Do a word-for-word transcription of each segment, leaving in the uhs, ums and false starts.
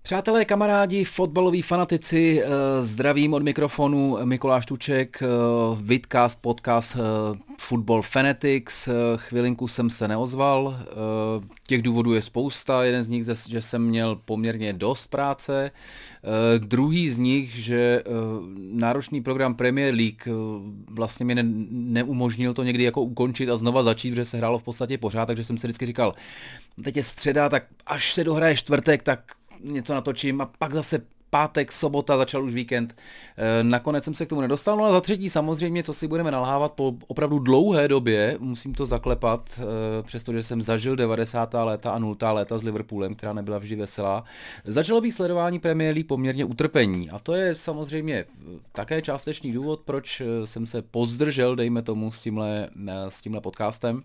Přátelé, kamarádi, fotbaloví fanatici, zdravím od mikrofonu Mikuláš Tuček, Vidcast, podcast Football Fanatics. Chvilinku jsem se neozval, těch důvodů je spousta, jeden z nich, že jsem měl poměrně dost práce, druhý z nich, že náročný program Premier League vlastně mi ne, neumožnil to někdy jako ukončit a znova začít, protože se hrálo v podstatě pořád, takže jsem si vždycky říkal, teď je středa, tak až se dohraje čtvrtek, tak něco natočím a pak zase pátek, sobota, začal už víkend. Nakonec jsem se k tomu nedostal, no a za třetí samozřejmě, co si budeme nalhávat po opravdu dlouhé době, musím to zaklepat, přestože jsem zažil devadesátá léta a nultá léta s Liverpoolem, která nebyla vždy veselá. Začalo být sledování Premier League poměrně utrpení a to je samozřejmě také částečný důvod, proč jsem se pozdržel, dejme tomu, s tímhle, s tímhle podcastem.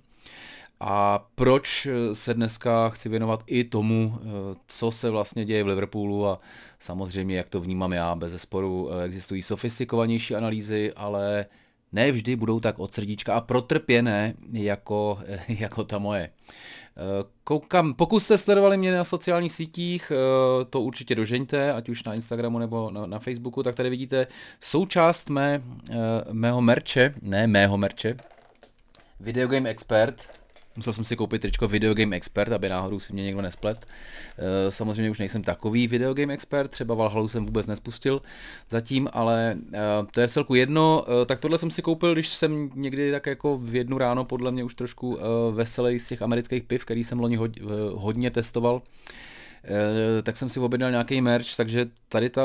A proč se dneska chci věnovat i tomu, co se vlastně děje v Liverpoolu a samozřejmě, jak to vnímám já, bezesporu existují sofistikovanější analýzy, ale ne vždy budou tak od srdíčka a protrpěné jako, jako ta moje. Koukám, pokud jste sledovali mě na sociálních sítích, to určitě dožeňte, ať už na Instagramu nebo na, na Facebooku, tak tady vidíte součást mé, mého merče, ne mého merče, Videogame Expert. Musel jsem si koupit tričko Videogame Expert, aby náhodou si mě někdo nesplet. Samozřejmě už nejsem takový Videogame Expert, třeba Valhallu jsem vůbec nespustil zatím, ale to je v celku jedno. Tak tohle jsem si koupil, když jsem někdy tak jako v jednu ráno, podle mě už trošku veselý z těch amerických piv, který jsem loni hodně testoval. Tak jsem si objednal nějaký merch, takže tady ta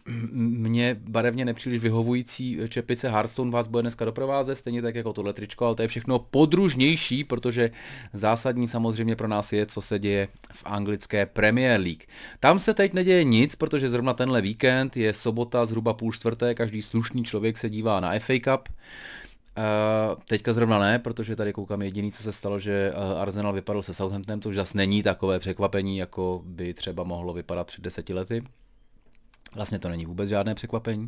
mě barevně nepříliš vyhovující čepice Hearthstone vás bude dneska doprovázet, stejně tak jako tohle tričko, ale to je všechno podružnější, protože zásadní samozřejmě pro nás je, co se děje v anglické Premier League. Tam se teď neděje nic, protože zrovna tenhle víkend je sobota, zhruba půl čtvrté, každý slušný člověk se dívá na F A Cup. Uh, teďka zrovna ne, protože tady koukám jediný, co se stalo, že Arsenal vypadl se Southamptonem, což zase není takové překvapení, jako by třeba mohlo vypadat před deseti lety. Vlastně to není vůbec žádné překvapení.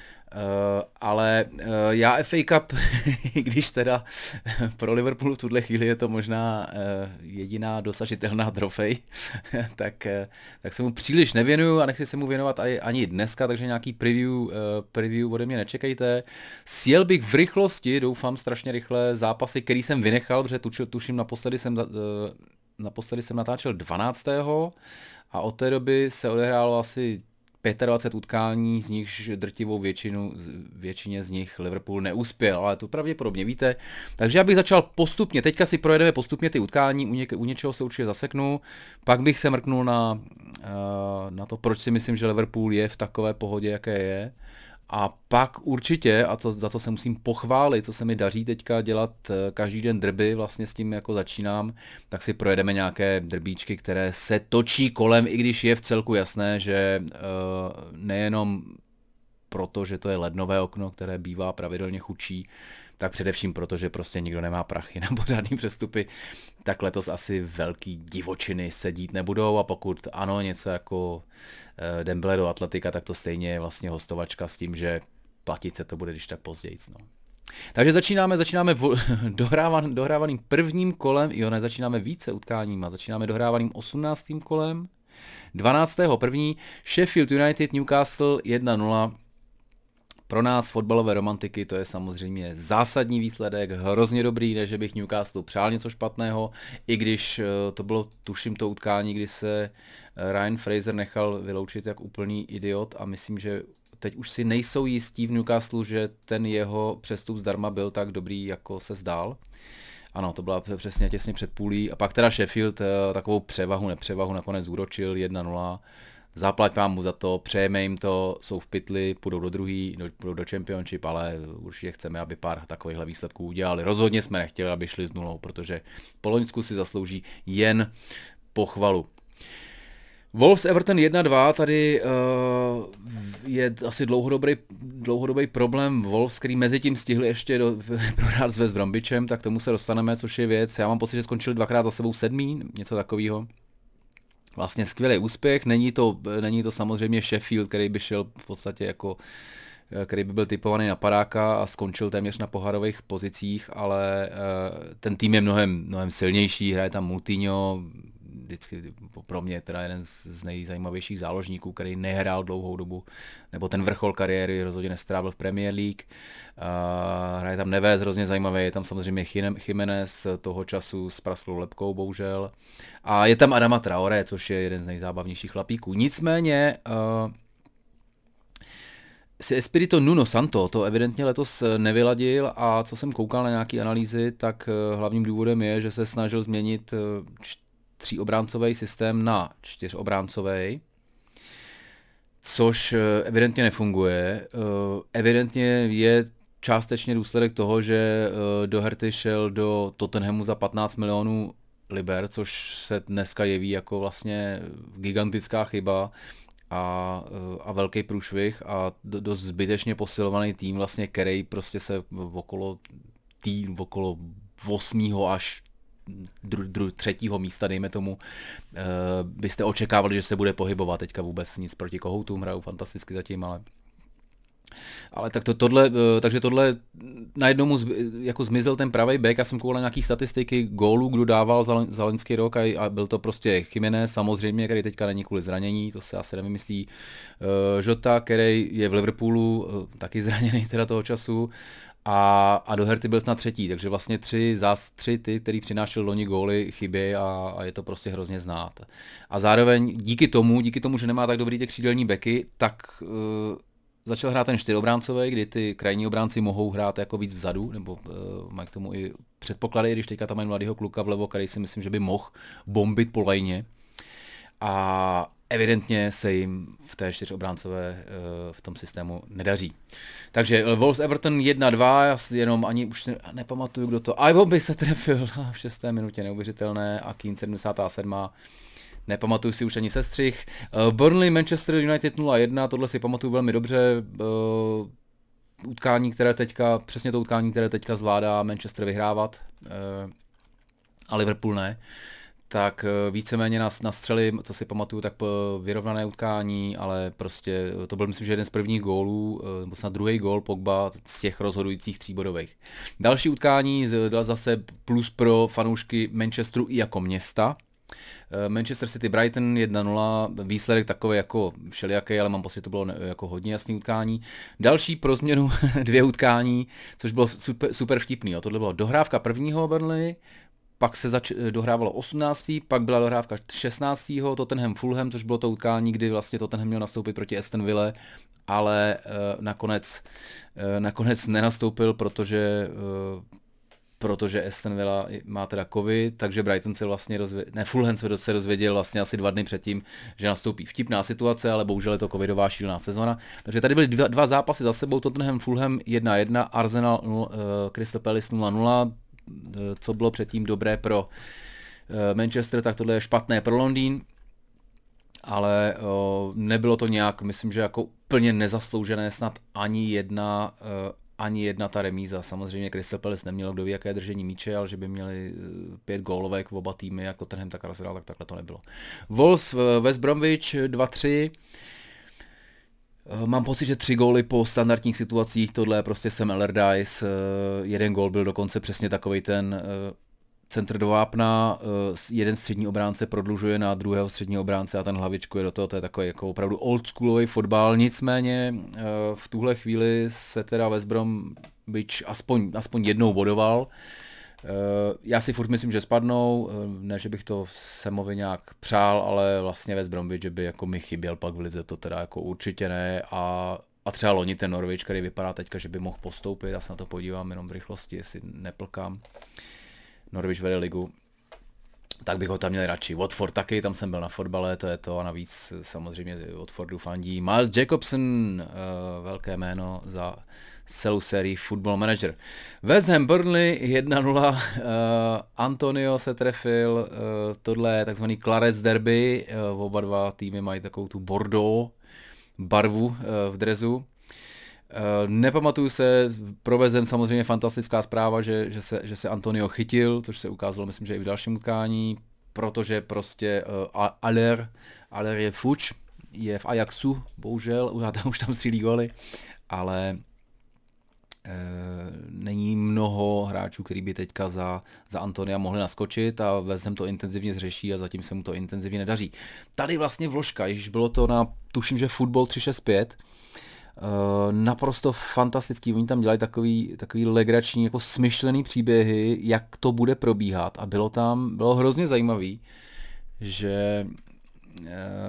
Uh, ale uh, já F A Cup, když teda pro Liverpool v tuhle chvíli je to možná uh, jediná dosažitelná trofej, tak, uh, tak se mu příliš nevěnuju a nechci se mu věnovat ani, ani dneska, takže nějaký preview, uh, preview ode mě nečekejte. Sjel bych v rychlosti, doufám strašně rychle, zápasy, který jsem vynechal, protože tučil, tuším naposledy jsem, uh, naposledy jsem natáčel dvanáctého a od té doby se odehrálo asi dvacet pět utkání, z nichž drtivou většinu, většině z nich Liverpool neuspěl, ale to pravděpodobně víte. Takže já bych začal postupně, teďka si projedeme postupně ty utkání, u, něk- u něčeho se určitě zaseknu, pak bych se mrknul na, uh, na to, proč si myslím, že Liverpool je v takové pohodě, jaké je. A pak určitě, a to, za to se musím pochválit, co se mi daří teďka dělat každý den derby, vlastně s tím jako začínám, tak si projedeme nějaké drbíčky, které se točí kolem, i když je v celku jasné, že uh, nejenom proto, že to je lednové okno, které bývá pravidelně chudší, tak především proto, že prostě nikdo nemá prachy na pořádný přestupy, tak letos asi velký divočiny se dít nebudou a pokud ano, něco jako Dembele do Atletika, tak to stejně je vlastně hostovačka s tím, že platit se to bude když tak později. No. Takže začínáme, začínáme dohrávan, dohrávaným prvním kolem, jo ne, začínáme více utkáním a začínáme dohrávaným osmnáctým kolem, dvanáctého první Sheffield United Newcastle jedna nula. Pro nás fotbalové romantiky to je samozřejmě zásadní výsledek, hrozně dobrý, ne že bych Newcastle přál něco špatného, i když to bylo, tuším, to utkání, kdy se Ryan Fraser nechal vyloučit jak úplný idiot a myslím, že teď už si nejsou jistí v Newcastle, že ten jeho přestup zdarma byl tak dobrý, jako se zdál. Ano, to byla přesně těsně před půlí a pak teda Sheffield takovou převahu, nepřevahu nakonec úročil jedna nula. Zaplať vám mu za to, přejeme jim to, jsou v pytli, půjdou do druhý, půjdou do Championship, ale určitě chceme, aby pár takovýchhle výsledků udělali. Rozhodně jsme nechtěli, aby šli s nulou, protože po Loňsku si zaslouží jen pochvalu. Wolves Everton jedna dva, tady uh, je asi dlouhodobý, dlouhodobý problém Wolves, který mezi tím stihli ještě do, prohrát s West Bromwichem, tak tomu se dostaneme, což je věc. Já mám pocit, že skončili dvakrát za sebou sedmý, něco takového. Vlastně skvělý úspěch, není to, není to samozřejmě Sheffield, který by šel v podstatě jako, který by byl typovaný na padáka a skončil téměř na pohárových pozicích, ale ten tým je mnohem, mnohem silnější, hraje tam Moutinho, vždycky pro mě teda jeden z nejzajímavějších záložníků, který nehrál dlouhou dobu, nebo ten vrchol kariéry rozhodně nestrávil v Premier League. Uh, hraje tam Neves, hrozně zajímavý, je tam samozřejmě Jiménez toho času s praslou lebkou, bohužel. A je tam Adama Traoré, což je jeden z nejzábavnějších chlapíků. Nicméně uh, si Espirito Nuno Santo to evidentně letos nevyladil a co jsem koukal na nějaké analýzy, tak hlavním důvodem je, že se snažil změnit tříobráncový systém na čtyřobráncový, což evidentně nefunguje. Evidentně je částečně důsledek toho, že Doherty šel do Tottenhamu za patnáct milionů liber, což se dneska jeví jako vlastně gigantická chyba. A, a velký průšvih a dost zbytečně posilovaný tým, vlastně, který prostě se okolo tým, okolo osmého až dru, dru, třetího místa, dejme tomu, e, byste očekávali, že se bude pohybovat. Teďka vůbec nic proti Kohoutům, hrajou fantasticky zatím, ale Ale tak to, tohle, takže tohle najednou mu jako zmizel ten pravý back. Já jsem koukal nějaký statistiky gólů, kdo dával za, za loňský rok a, a byl to prostě Jiménez samozřejmě, který teďka není kvůli zranění, to se asi nevymyslí. Uh, Jota, který je v Liverpoolu, uh, taky zraněný teda toho času. A, a Doherty byl snad třetí, takže vlastně tři, zás tři ty, který přinášel loni góly, chybějí a, a je to prostě hrozně znát. A zároveň díky tomu, díky tomu, že nemá tak dobrý ty křídelní beky, tak uh, začal hrát ten čtyřobráncový, kdy ty krajní obránci mohou hrát jako víc vzadu, nebo uh, mají k tomu i předpoklady, když teďka tam mají mladýho kluka vlevo, který si myslím, že by mohl bombit po lajně. A evidentně se jim v té čtyřobráncové uh, v tom systému nedaří. Takže Wolves Everton jedna dva, já jenom ani už nepamatuju, kdo to... Iwobi se trefil v šesté minutě, neuvěřitelné, a Keane sedmdesátá sedmá Nepamatuju si už ani sestřih. Uh, Burnley Manchester United nula jedna, tohle si pamatuju velmi dobře. Uh, utkání, které teďka, přesně to utkání, které teďka zvládá Manchester vyhrávat, uh, a Liverpool ne. Tak uh, víceméně na, na střely, co si pamatuju, tak vyrovnané utkání, ale prostě to byl, myslím, že jeden z prvních gólů, uh, nebo snad druhý gól Pogba z těch rozhodujících tříbodových. Další utkání dal zase plus pro fanoušky Manchesteru i jako města. Manchester City Brighton jedna nula, výsledek takový jako všelijaký, ale mám pocit, že to bylo jako hodně jasný utkání. Další pro změnu dvě utkání, což bylo super, super vtipný. Jo. Tohle bylo dohrávka prvního Burnley, pak se zač- dohrávalo osmnáctého pak byla dohrávka šestnáctého Tottenham Fulham, což bylo to utkání, kdy vlastně Tottenham měl nastoupit proti Aston Ville, ale uh, nakonec, uh, nakonec nenastoupil, protože uh, protože Aston Villa má teda covid, takže Brighton se vlastně dozvěděl, ne, Fulham se dozvěděl vlastně asi dva dny předtím, že nastoupí. Vtipná situace, ale bohužel je to covidová šílená sezona. Takže tady byly dva, dva zápasy za sebou, Tottenham Fulham jedna jedna, Arsenal uh, Crystal Palace nula nula, uh, co bylo předtím dobré pro uh, Manchester, tak tohle je špatné pro Londýn. Ale uh, nebylo to nějak, myslím, že jako úplně nezasloužené, snad ani jedna uh, ani jedna ta remíza. Samozřejmě Crystal Palace nemělo kdo ví jaké držení míče, ale že by měli pět gólovek v oba týmy, jak Tottenham, tak Arsenal, tak takhle to nebylo. Wolves West Bromwich dva tři. Mám pocit, že tři góly po standardních situacích, tohle je prostě Sam Allardyce. Jeden gól byl dokonce přesně takovej ten centr do vápna, jeden střední obránce prodlužuje na druhého středního obránce a ten hlavičkuje do toho, to je takový jako opravdu oldschoolový fotbal, nicméně v tuhle chvíli se teda West Bromwich aspoň, aspoň jednou bodoval. Já si furt myslím, že spadnou, ne, že bych to Samovi nějak přál, ale vlastně West Bromwich, že by jako mi chyběl pak v lize, to teda jako určitě ne a A třeba loni ten Norwich, který vypadá teďka, že by mohl postoupit, já se na to podívám jenom v rychlosti, jestli neplkám. Norwich vede ligu, tak bych ho tam měl radši. Watford taky, tam jsem byl na fotbale, to je to, a navíc samozřejmě Watfordu fandí Miles Jacobson, uh, velké jméno za celou sérii Football Manager. West Ham Burnley jedna nula, uh, Antonio se trefil, uh, tohle je takzvaný Clarets derby, uh, oba dva týmy mají takovou tu Bordeaux barvu uh, v drezu. Uh, nepamatuju se, pro West Ham samozřejmě fantastická zpráva, že, že, se, že se Antonio chytil, což se ukázalo, myslím, že i v dalším utkání, protože prostě uh, Aller, Aller je fuč, je v Ajaxu, bohužel, už tam střílí góly, ale není mnoho hráčů, který by teďka za, za Antonia mohli naskočit a West Ham to intenzivně zřeší a zatím se mu to intenzivně nedaří. Tady vlastně vložka, již bylo to na, tuším, že Football tři šest pět, Uh, naprosto fantastický, oni tam dělají takový, takový legrační, jako smyšlený příběhy, jak to bude probíhat a bylo tam, bylo hrozně zajímavý, že uh,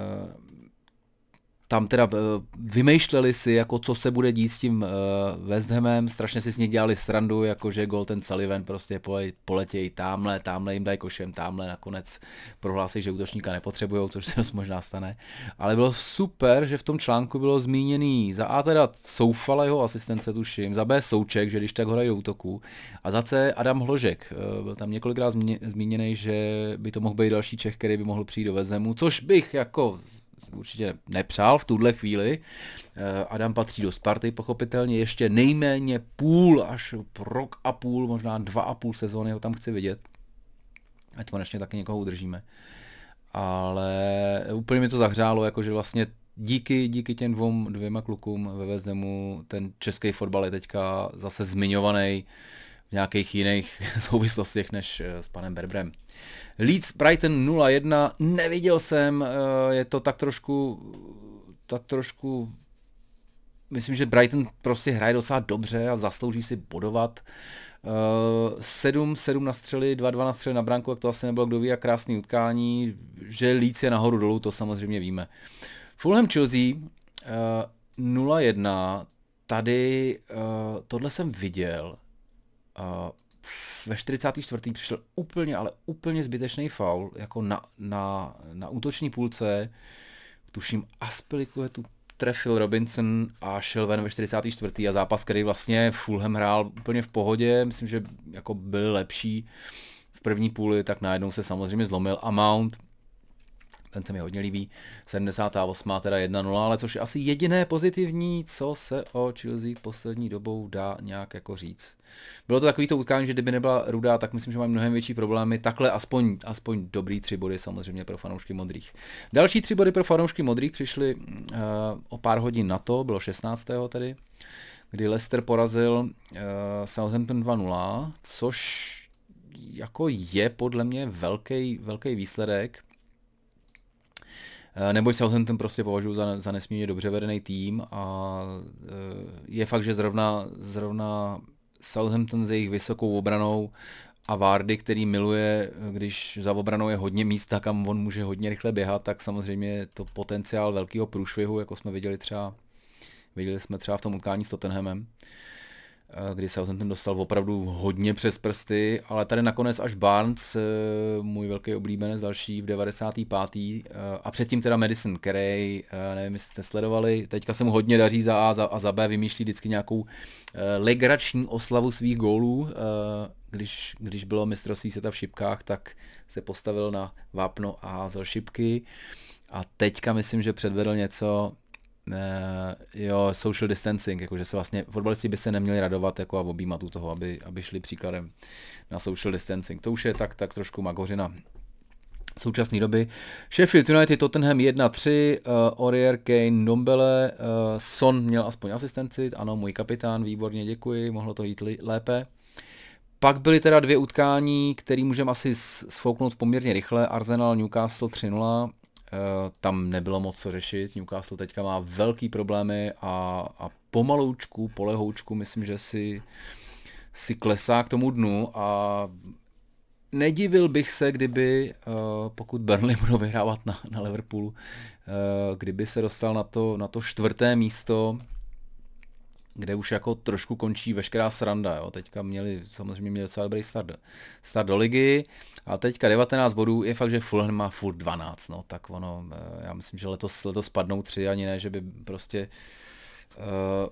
tam teda vymýšleli si, jako co se bude dít s tím uh, West Hamem, strašně si s nich dělali srandu, jakože Golden Sullivan prostě pole, poletějí tamhle, tamhle jim dají košem, tamhle nakonec prohlásí, že útočníka nepotřebujou, což se dost možná stane. Ale bylo super, že v tom článku bylo zmíněný za A teda Soufala, jeho asistence tuším, za B Souček, že když tak ho dají do útoku, a za C Adam Hložek. Uh, byl tam několikrát zmíněný, že by to mohl být další Čech, který by mohl přijít do West Hamu, což bych jako určitě nepřál v tuhle chvíli. Adam patří do Sparty, pochopitelně ještě nejméně půl až rok a půl, možná dva a půl sezóny ho tam chci vidět. Ať konečně taky někoho udržíme. Ale úplně mi to zahřálo, jakože vlastně díky, díky těm dvou, dvěma klukům ve West Hamu ten český fotbal je teďka zase zmiňovaný v nějakých jiných souvislostech než s panem Berbrem. Leeds Brighton nula jedna, neviděl jsem, je to tak trošku, tak trošku, myslím, že Brighton prostě hraje docela dobře a zaslouží si bodovat. sedm sedm na střely, dva dva na střely na branku, jak to asi nebylo kdo ví, jak krásný utkání, že Leeds je nahoru dolů, to samozřejmě víme. Fulham Chelsea nula jedna, tady tohle jsem viděl. Ve čtyřicáté čtvrté přišel úplně, ale úplně zbytečný faul, jako na, na, na útoční půlce, tuším Aspilicueta tu trefil Robinson a šel ven ve čtyřicáté čtvrté a zápas, který vlastně Fulham hrál úplně v pohodě, myslím, že jako byl lepší v první půli, tak najednou se samozřejmě zlomil a Mount, ten se mi hodně líbí, sedmdesátá osmá teda jedna nula, ale což je asi jediné pozitivní, co se o Chelsea poslední dobou dá nějak jako říct. Bylo to takový to utkání, že kdyby nebyla Ruda, tak myslím, že mají mnohem větší problémy. Takhle aspoň, aspoň dobrý tři body samozřejmě pro fanoušky modrých. Další tři body pro fanoušky modrých přišly uh, o pár hodin na to, bylo šestnáctého tedy, kdy Leicester porazil uh, Southampton dva nula, což jako je podle mě velký, velký výsledek. Neboť Southampton prostě považuji za, za nesmírně dobře vedený tým a je fakt, že zrovna, zrovna Southampton s jejich vysokou obranou a Vardy, který miluje, když za obranou je hodně místa, kam on může hodně rychle běhat, tak samozřejmě je to potenciál velkého průšvihu, jako jsme viděli třeba, viděli jsme třeba v tom utkání s Tottenhamem, kdy Southampton dostal opravdu hodně přes prsty, ale tady nakonec až Barnes, můj velký oblíbenec, další v devadesáté páté a předtím teda Madison, který, nevím, jestli jste sledovali, teďka se mu hodně daří za A a za B, vymýšlí vždycky nějakou legrační oslavu svých gólů, když, když bylo mistrovství světa v šipkách, tak se postavil na vápno a házel šipky a teďka myslím, že předvedl něco. Uh, jo, social distancing, jakože se vlastně fotbalisti by se neměli radovat jako a objímat u toho, aby, aby šli příkladem na social distancing. To už je tak, tak trošku magořina současné doby. Sheffield United, Tottenham jedna tři, uh, Aurier, Kane, Dombele, uh, Son měl aspoň asistenci, ano, můj kapitán, výborně, děkuji, mohlo to jít li- lépe. Pak byly teda dvě utkání, které můžeme asi sfouknout poměrně rychle. Arsenal, Newcastle tři nula. Tam nebylo moc co řešit, Newcastle teďka má velký problémy a, a pomaloučku, polehoučku, myslím, že si, si klesá k tomu dnu a nedivil bych se, kdyby, pokud Burnley budou vyhrávat na, na Liverpoolu, kdyby se dostal na to, na to čtvrté místo, kde už jako trošku končí veškerá sranda, jo. Teďka měli, samozřejmě měli docela dobrý start, start do ligy a teďka devatenáct bodů, je fakt, že Fulham má furt dvanáct, no, tak ono, já myslím, že letos, letos padnou tři, ani ne, že by prostě uh,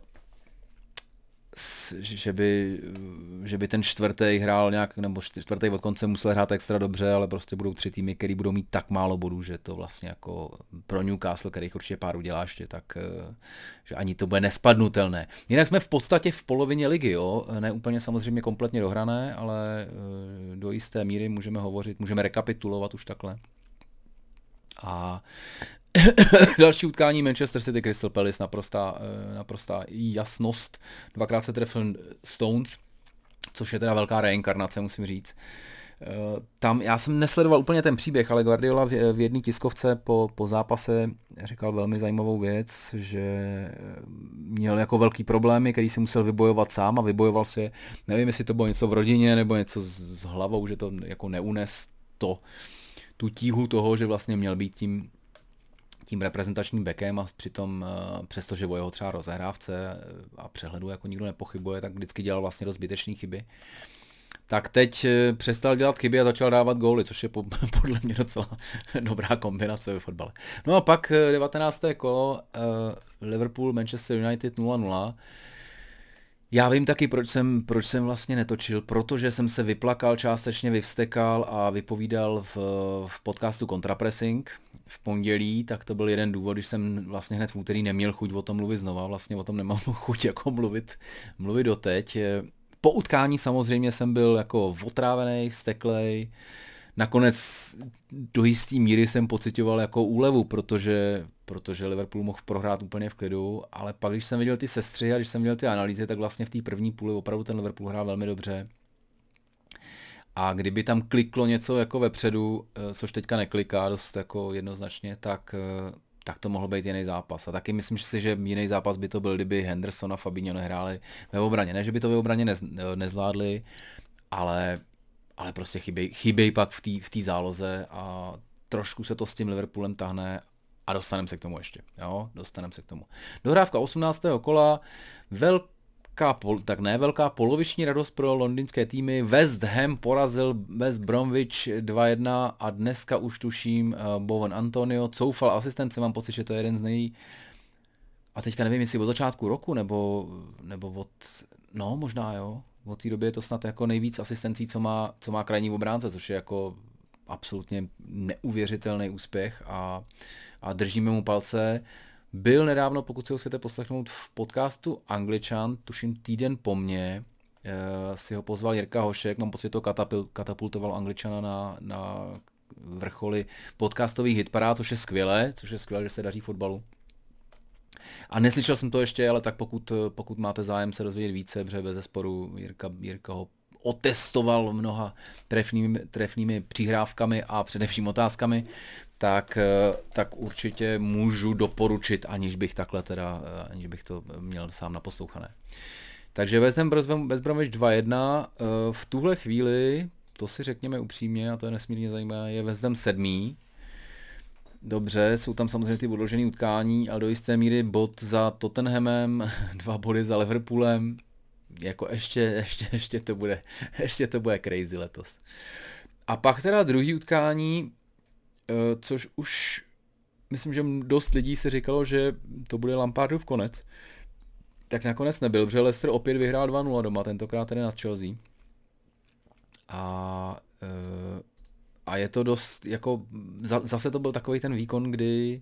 že by, že by ten čtvrtý hrál nějak, nebo čtvrtý od konce musel hrát extra dobře, ale prostě budou tři týmy, který budou mít tak málo bodů, že to vlastně jako pro Newcastle, kterých určitě pár udělá ještě, tak že ani to bude nespadnutelné. Jinak jsme v podstatě v polovině ligy, jo, ne úplně samozřejmě kompletně dohrané, ale do jisté míry můžeme hovořit, můžeme rekapitulovat už takhle. A Další utkání Manchester City Crystal Palace, naprostá, naprostá jasnost. Dvakrát se trefil Stones, což je teda velká reinkarnace, musím říct. Tam, já jsem nesledoval úplně ten příběh, ale Guardiola v, v jedné tiskovce po, po zápase říkal velmi zajímavou věc, že měl jako velký problémy, který si musel vybojovat sám a vybojoval si je. Nevím, jestli to bylo něco v rodině nebo něco s, s hlavou, že to jako neunes to, tu tíhu toho, že vlastně měl být tím tím reprezentačním backem a přitom přestože o jeho třeba rozehrávce a přehledu jako nikdo nepochybuje, tak vždycky dělal vlastně dost zbytečné chyby. Tak teď přestal dělat chyby a začal dávat góly, což je podle mě docela dobrá kombinace ve fotbale. No a pak devatenácté kolo Liverpool Manchester United nula nula. Já vím taky, proč jsem, proč jsem vlastně netočil, protože jsem se vyplakal, částečně vyvstekal a vypovídal v, v podcastu Contrapressing v pondělí, tak to byl jeden důvod, když jsem vlastně hned v úterý neměl chuť o tom mluvit znova, vlastně o tom nemám chuť jako mluvit, mluvit doteď. Po utkání samozřejmě jsem byl jako otrávený, vzteklej, nakonec do jistý míry jsem pocitoval jako úlevu, protože, protože Liverpool mohl prohrát úplně v klidu, ale pak když jsem viděl ty sestřihy a když jsem viděl ty analýzy, tak vlastně v té první půli opravdu ten Liverpool hrál velmi dobře. A kdyby tam kliklo něco jako vepředu, což teďka nekliká dost jako jednoznačně, tak, tak to mohl být jiný zápas. A taky myslím si, že jiný zápas by to byl, kdyby Henderson a Fabinho nehráli ve obraně. Ne, že by to ve obraně nez, nezvládli, ale, ale prostě chyběj, chyběj pak v té v té záloze a trošku se to s tím Liverpoolem tahne a dostaneme se k tomu ještě. Jo, dostaneme se k tomu. Dohrávka osmnáctého kola, velký Pol, tak ne velká poloviční radost pro londýnské týmy. West Ham porazil West Bromwich dva jedna a dneska už tuším uh, Bowen Antonio coufal asistence, mám pocit, že to je jeden z nej... A teďka nevím, jestli od začátku roku, nebo, nebo od... No, možná jo. Od té doby je to snad jako nejvíc asistencí, co má, co má krajní obránce, což je jako absolutně neuvěřitelný úspěch a, a držíme mu palce. Byl nedávno, pokud si ho chcete poslechnout v podcastu Angličan, tuším týden po mně, e, si ho pozval Jirka Hošek, mám pocit, že to katapul, katapultoval Angličana na, na vrcholy podcastových hitparád, což je skvělé, což je skvělé, že se daří fotbalu. A neslyšel jsem to ještě, ale tak pokud, pokud máte zájem se dozvědět více, protože bezesporu Jirka, Jirka ho otestoval mnoha trefnými, trefnými přihrávkami a především otázkami, tak, tak určitě můžu doporučit, aniž bych takhle teda, aniž bych to měl sám naposlouchané. Takže West Ham West Bromwich dva jedna, v tuhle chvíli, to si řekněme upřímně, a to je nesmírně zajímavé, je West Ham sedmý. Dobře, jsou tam samozřejmě ty odložené utkání, ale do jisté míry bod za Tottenhamem, dva body za Liverpoolem, jako ještě, ještě, ještě to bude, ještě to bude crazy letos. A pak teda druhý utkání, což už myslím, že dost lidí se říkalo, že to bude Lampardův konec, tak nakonec nebyl, protože Leicester opět vyhrál dva nula doma, tentokrát tedy nad Chelsea. A, a je to dost, jako zase to byl takový ten výkon, kdy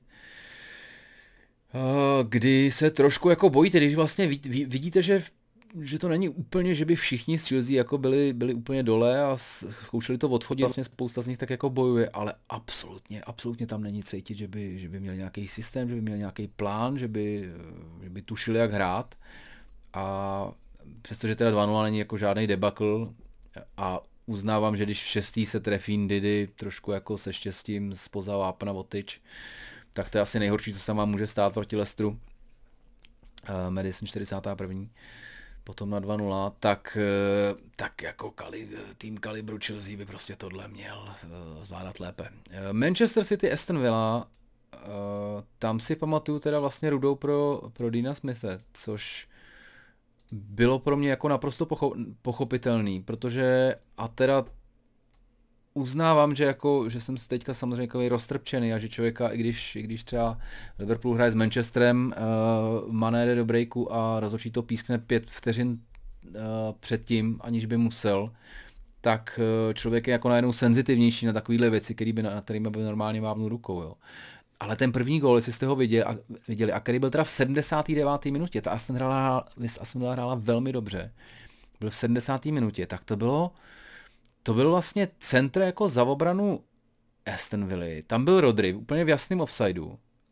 kdy se trošku jako bojíte, když vlastně vidíte, že že to není úplně, že by všichni z Chelsea jako byli, byli úplně dole a zkoušeli to odchodit, vlastně spousta z nich tak jako bojuje, ale absolutně, absolutně tam není cítit, že by, že by měli nějaký systém, že by měli nějaký plán, že by, že by tušili, jak hrát. A přestože teda dva nula není jako žádný debakl a uznávám, že když v šestý se trefí Ndidi trošku jako se štěstím spoza vápna o tyč, tak to je asi nejhorší, co se vám může stát proti Leicesteru. Uh, Madison čtyřicátá první potom na dva nula, tak, tak jako kali, tým kalibru Chelsea by prostě tohle měl zvládat lépe. Manchester City Aston Villa, tam si pamatuju teda vlastně rudou pro, pro Deana Smithe, což bylo pro mě jako naprosto pochopitelný, protože a teda uznávám, že, jako, že jsem si teďka samozřejmě jako roztrpčený a že člověka, i když, i když třeba Liverpool hraje s Manchesterem, uh, Mané jde do breaku a rozhodčí to pískne pět vteřin uh, předtím, aniž by musel, tak uh, člověk je jako najednou senzitivnější na takovéhle věci, který by, na kterými by normálně mávnul rukou. Jo. Ale ten první gól, jestli jste ho viděli, a, viděli, a který byl teda v sedmdesáté deváté minutě, ta Aston hrála, Aston hrála velmi dobře, byl v sedmdesáté minutě, tak to bylo To byl vlastně centr jako za obranu Aston Villa. Tam byl Rodri úplně v jasném offsideu.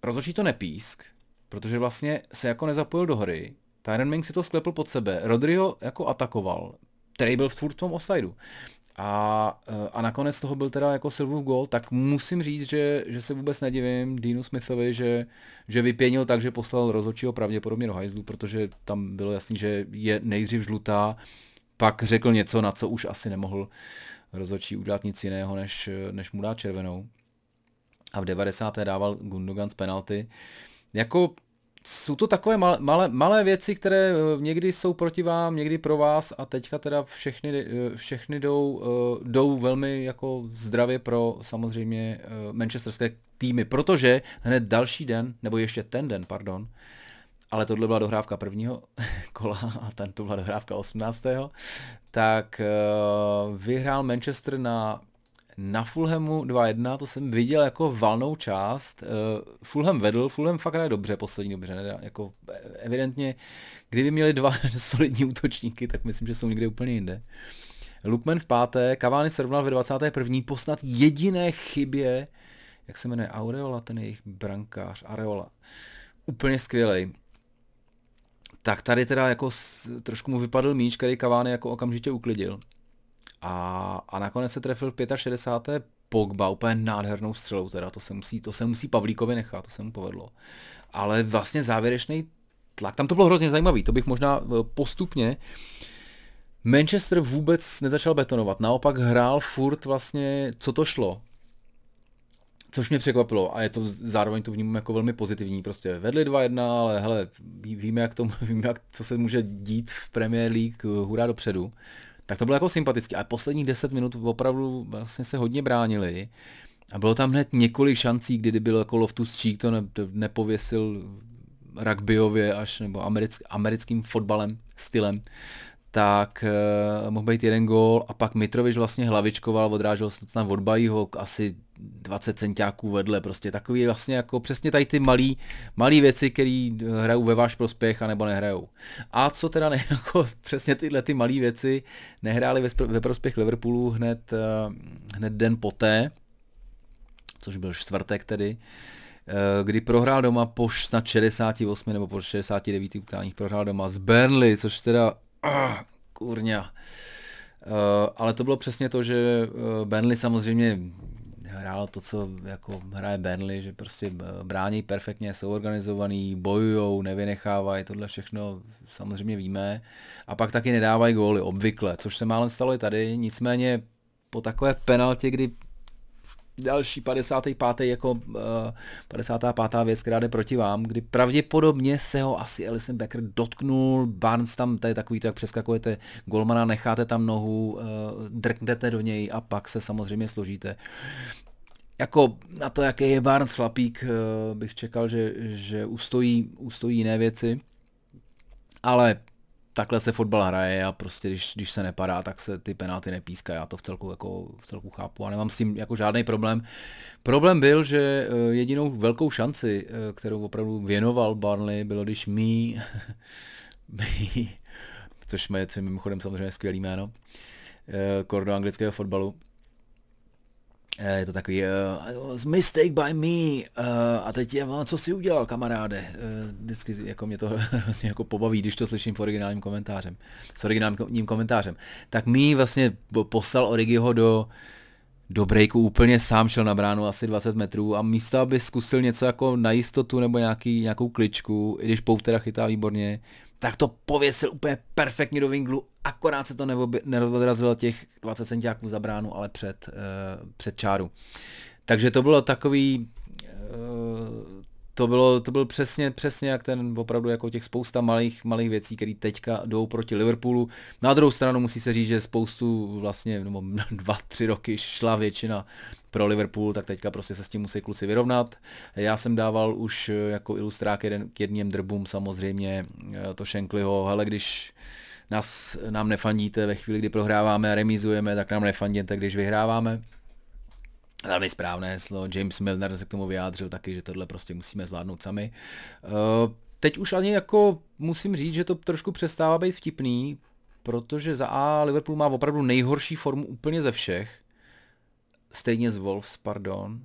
rozhodčí to nepísk, protože vlastně se jako nezapojil do hry. Tyron Mings si to sklepl pod sebe. Rodriho jako atakoval, který byl furt v tom offsideu. A, a nakonec toho byl teda jako Silvův gól, tak musím říct, že, že se vůbec nedivím Deanu Smithovi, že, že vypěnil tak, že poslal rozhodčího pravděpodobně do hajzlu, protože tam bylo jasný, že je nejdřív žlutá, pak řekl něco, na co už asi nemohl rozhodčí udělat nic jiného, než, než mu dát červenou. A v devadesáté dával Gundogan z penalty. Jako jsou to takové malé, malé, malé věci, které někdy jsou proti vám, někdy pro vás a teďka teda všechny, všechny jdou, jdou velmi jako zdravě pro samozřejmě manchesterské týmy, protože hned další den, nebo ještě ten den, pardon, ale tohle byla dohrávka prvního kola a ten to byla dohrávka osmnáctého tak vyhrál Manchester na Na Fulhamu dva jedna, to jsem viděl jako valnou část. Fulham vedl, Fulham fakt hraje dobře poslední dobře, ne? Jako evidentně, kdyby měli dva solidní útočníky, tak myslím, že jsou někde úplně jinde. Lookman v páté, Cavani srovnal ve dvacáté první po snad jediné chybě, jak se jmenuje, Aureola, ten jejich brankář, Areola. Úplně skvělej. Tak tady teda jako trošku mu vypadl míč, který Cavani jako okamžitě uklidil. A, a nakonec se trefil v šedesátém páté Pogba, úplně nádhernou střelou, teda to se musí, to se musí Pavlíkovi nechat, to se mu povedlo. Ale vlastně závěrečný tlak, tam to bylo hrozně zajímavý, to bych možná postupně, Manchester vůbec nezačal betonovat, naopak hrál furt vlastně, co to šlo. Což mě překvapilo a je to zároveň to vnímám jako velmi pozitivní, prostě vedli dva jedna, ale hele, víme, jak to, víme, jak, co se může dít v Premier League, hurá dopředu. Tak to bylo jako sympatický, ale posledních deset minut opravdu vlastně se hodně bránili a bylo tam hned několik šancí, kdy byl jako Loftus-Cheek to ne, nepověsil rugbyově až nebo americk, americkým fotbalem, stylem, tak uh, mohl být jeden gól a pak Mitrovič vlastně hlavičkoval, odrážel se to tam od Bajího asi dvacet centiáků vedle, prostě takový vlastně jako přesně tady ty malý, malý věci, které hrajou ve váš prospěch anebo nehrajou. A co teda ne, jako přesně tyhle ty malý věci nehráli ve, ve prospěch Liverpoolu hned, uh, hned den poté, což byl čtvrtek tedy, uh, kdy prohrál doma po snad šedesáti osmi nebo po šedesáti devíti utkáních prohrál doma z Burnley, což teda uh, kurňa. Uh, ale to bylo přesně to, že uh, Burnley samozřejmě hrál to, co jako hraje Burnley, že prostě brání perfektně, jsou organizovaný, bojujou, nevynechávají, tohle všechno samozřejmě víme. A pak taky nedávají góly, obvykle, což se málem stalo i tady, nicméně po takové penaltě, kdy další padesátý pátý jako uh, padesátá pátá věc, která jde proti vám, kdy pravděpodobně se ho asi Alisson Becker dotknul, Barnes tam, to je takový to, jak přeskakujete golmana, necháte tam nohu, uh, drknete do něj a pak se samozřejmě složíte. Jako na to, jaký je Barnes chlapík, uh, bych čekal, že, že ustojí, ustojí jiné věci, ale takhle se fotbal hraje a prostě když, když se nepadá, tak se ty penalty nepískají. Já to v celku, jako, v celku chápu a nemám s tím jako žádný problém. Problém byl, že jedinou velkou šanci, kterou opravdu věnoval Burnley, bylo když mí, mí což je mimochodem samozřejmě skvělý jméno, kordo anglického fotbalu. Je to takový uh, mistake by me uh, a teď je, co jsi udělal, kamaráde. Uh, vždycky jako mě to hrozně jako pobaví, když to slyším v originálním komentářem. S originálním komentářem. Tak mi vlastně poslal Origiho do, do breaku úplně sám, šel na bránu asi dvacet metrů a místo, aby zkusil něco jako na jistotu nebo nějaký, nějakou kličku, i když Pope teda chytá výborně, tak to pověsil úplně perfektně do vinglu, akorát se to neodrazilo těch dvacet centiáků za bránu, ale před, uh, před čáru. Takže to bylo takový, uh, to bylo, to byl přesně, přesně jak ten opravdu jako těch spousta malých, malých věcí, které teďka jdou proti Liverpoolu. Na druhou stranu musí se říct, že spoustu vlastně, nebo dva, tři roky šla většina pro Liverpool, tak teďka prostě se s tím musí kluci vyrovnat. Já jsem dával už jako ilustrák jeden, k jedním drbům samozřejmě to Shanklyho, hele, když nás, nám nefandíte ve chvíli, kdy prohráváme a remízujeme, tak nám nefandíte, když vyhráváme. Velmi správné heslo, James Milner se k tomu vyjádřil taky, že tohle prostě musíme zvládnout sami. Teď už ani jako musím říct, že to trošku přestává být vtipný, protože za A Liverpool má opravdu nejhorší formu úplně ze všech, stejně z Wolves, pardon,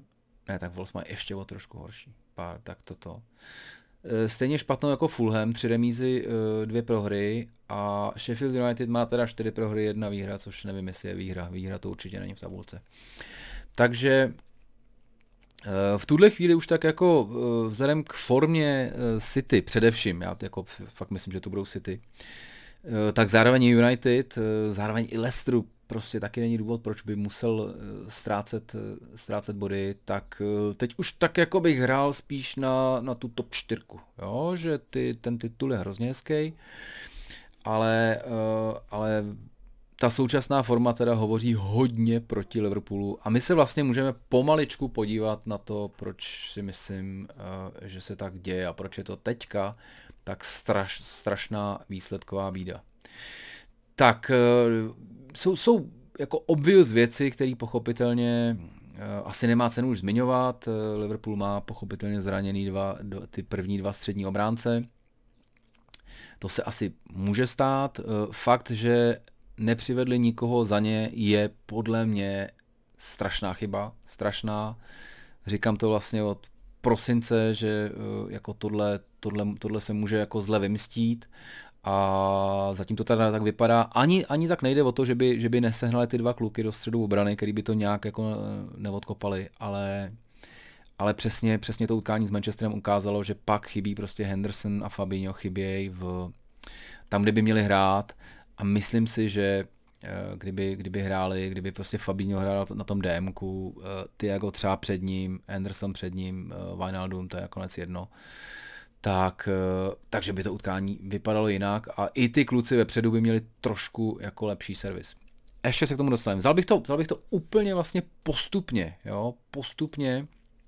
Ne, tak Wolves má ještě o trošku horší. Pár, tak toto. Stejně špatnou jako Fulham, tři remízy, dvě prohry a Sheffield United má teda čtyři prohry, jedna výhra, což nevím, jestli je výhra. Výhra to určitě není v tabulce. Takže v tuhle chvíli už tak jako vzhledem k formě City především, já jako fakt myslím, že to budou City, tak zároveň United, zároveň i Leicesteru prostě taky není důvod, proč by musel ztrácet, ztrácet body, tak teď už tak jako bych hrál spíš na, na tu top čtyřku, jo? Že ty, ten titul je hrozně hezký, ale, ale ta současná forma teda hovoří hodně proti Liverpoolu a my se vlastně můžeme pomaličku podívat na to, proč si myslím, že se tak děje a proč je to teďka tak straš, strašná výsledková bída. Tak jsou, jsou jako obvious věci, které pochopitelně asi nemá cenu už zmiňovat. Liverpool má pochopitelně zraněný dva, ty první dva střední obránce. To se asi může stát. Fakt, že nepřivedli nikoho za ně, je podle mě strašná chyba. Strašná. Říkám to vlastně od prosince, že jako tohle, tohle, tohle se může jako zle vymstít a zatím to teda tak vypadá. Ani, ani tak nejde o to, že by, že by nesehnali ty dva kluky do středu obrany, který by to nějak jako neodkopali, ale, ale přesně, přesně to utkání s Manchesterem ukázalo, že pak chybí prostě Henderson a Fabinho chybějí v, tam, kde by měli hrát a myslím si, že kdyby, kdyby hráli, kdyby prostě Fabinho hrál na tom DMku, Thiago třeba před ním, Anderson před ním, Wijnaldum, to je nakonec jedno, tak, takže by to utkání vypadalo jinak a i ty kluci vepředu by měli trošku jako lepší servis. Ještě se k tomu dostaneme. Vzal bych to, vzal bych to úplně vlastně postupně, jo, postupně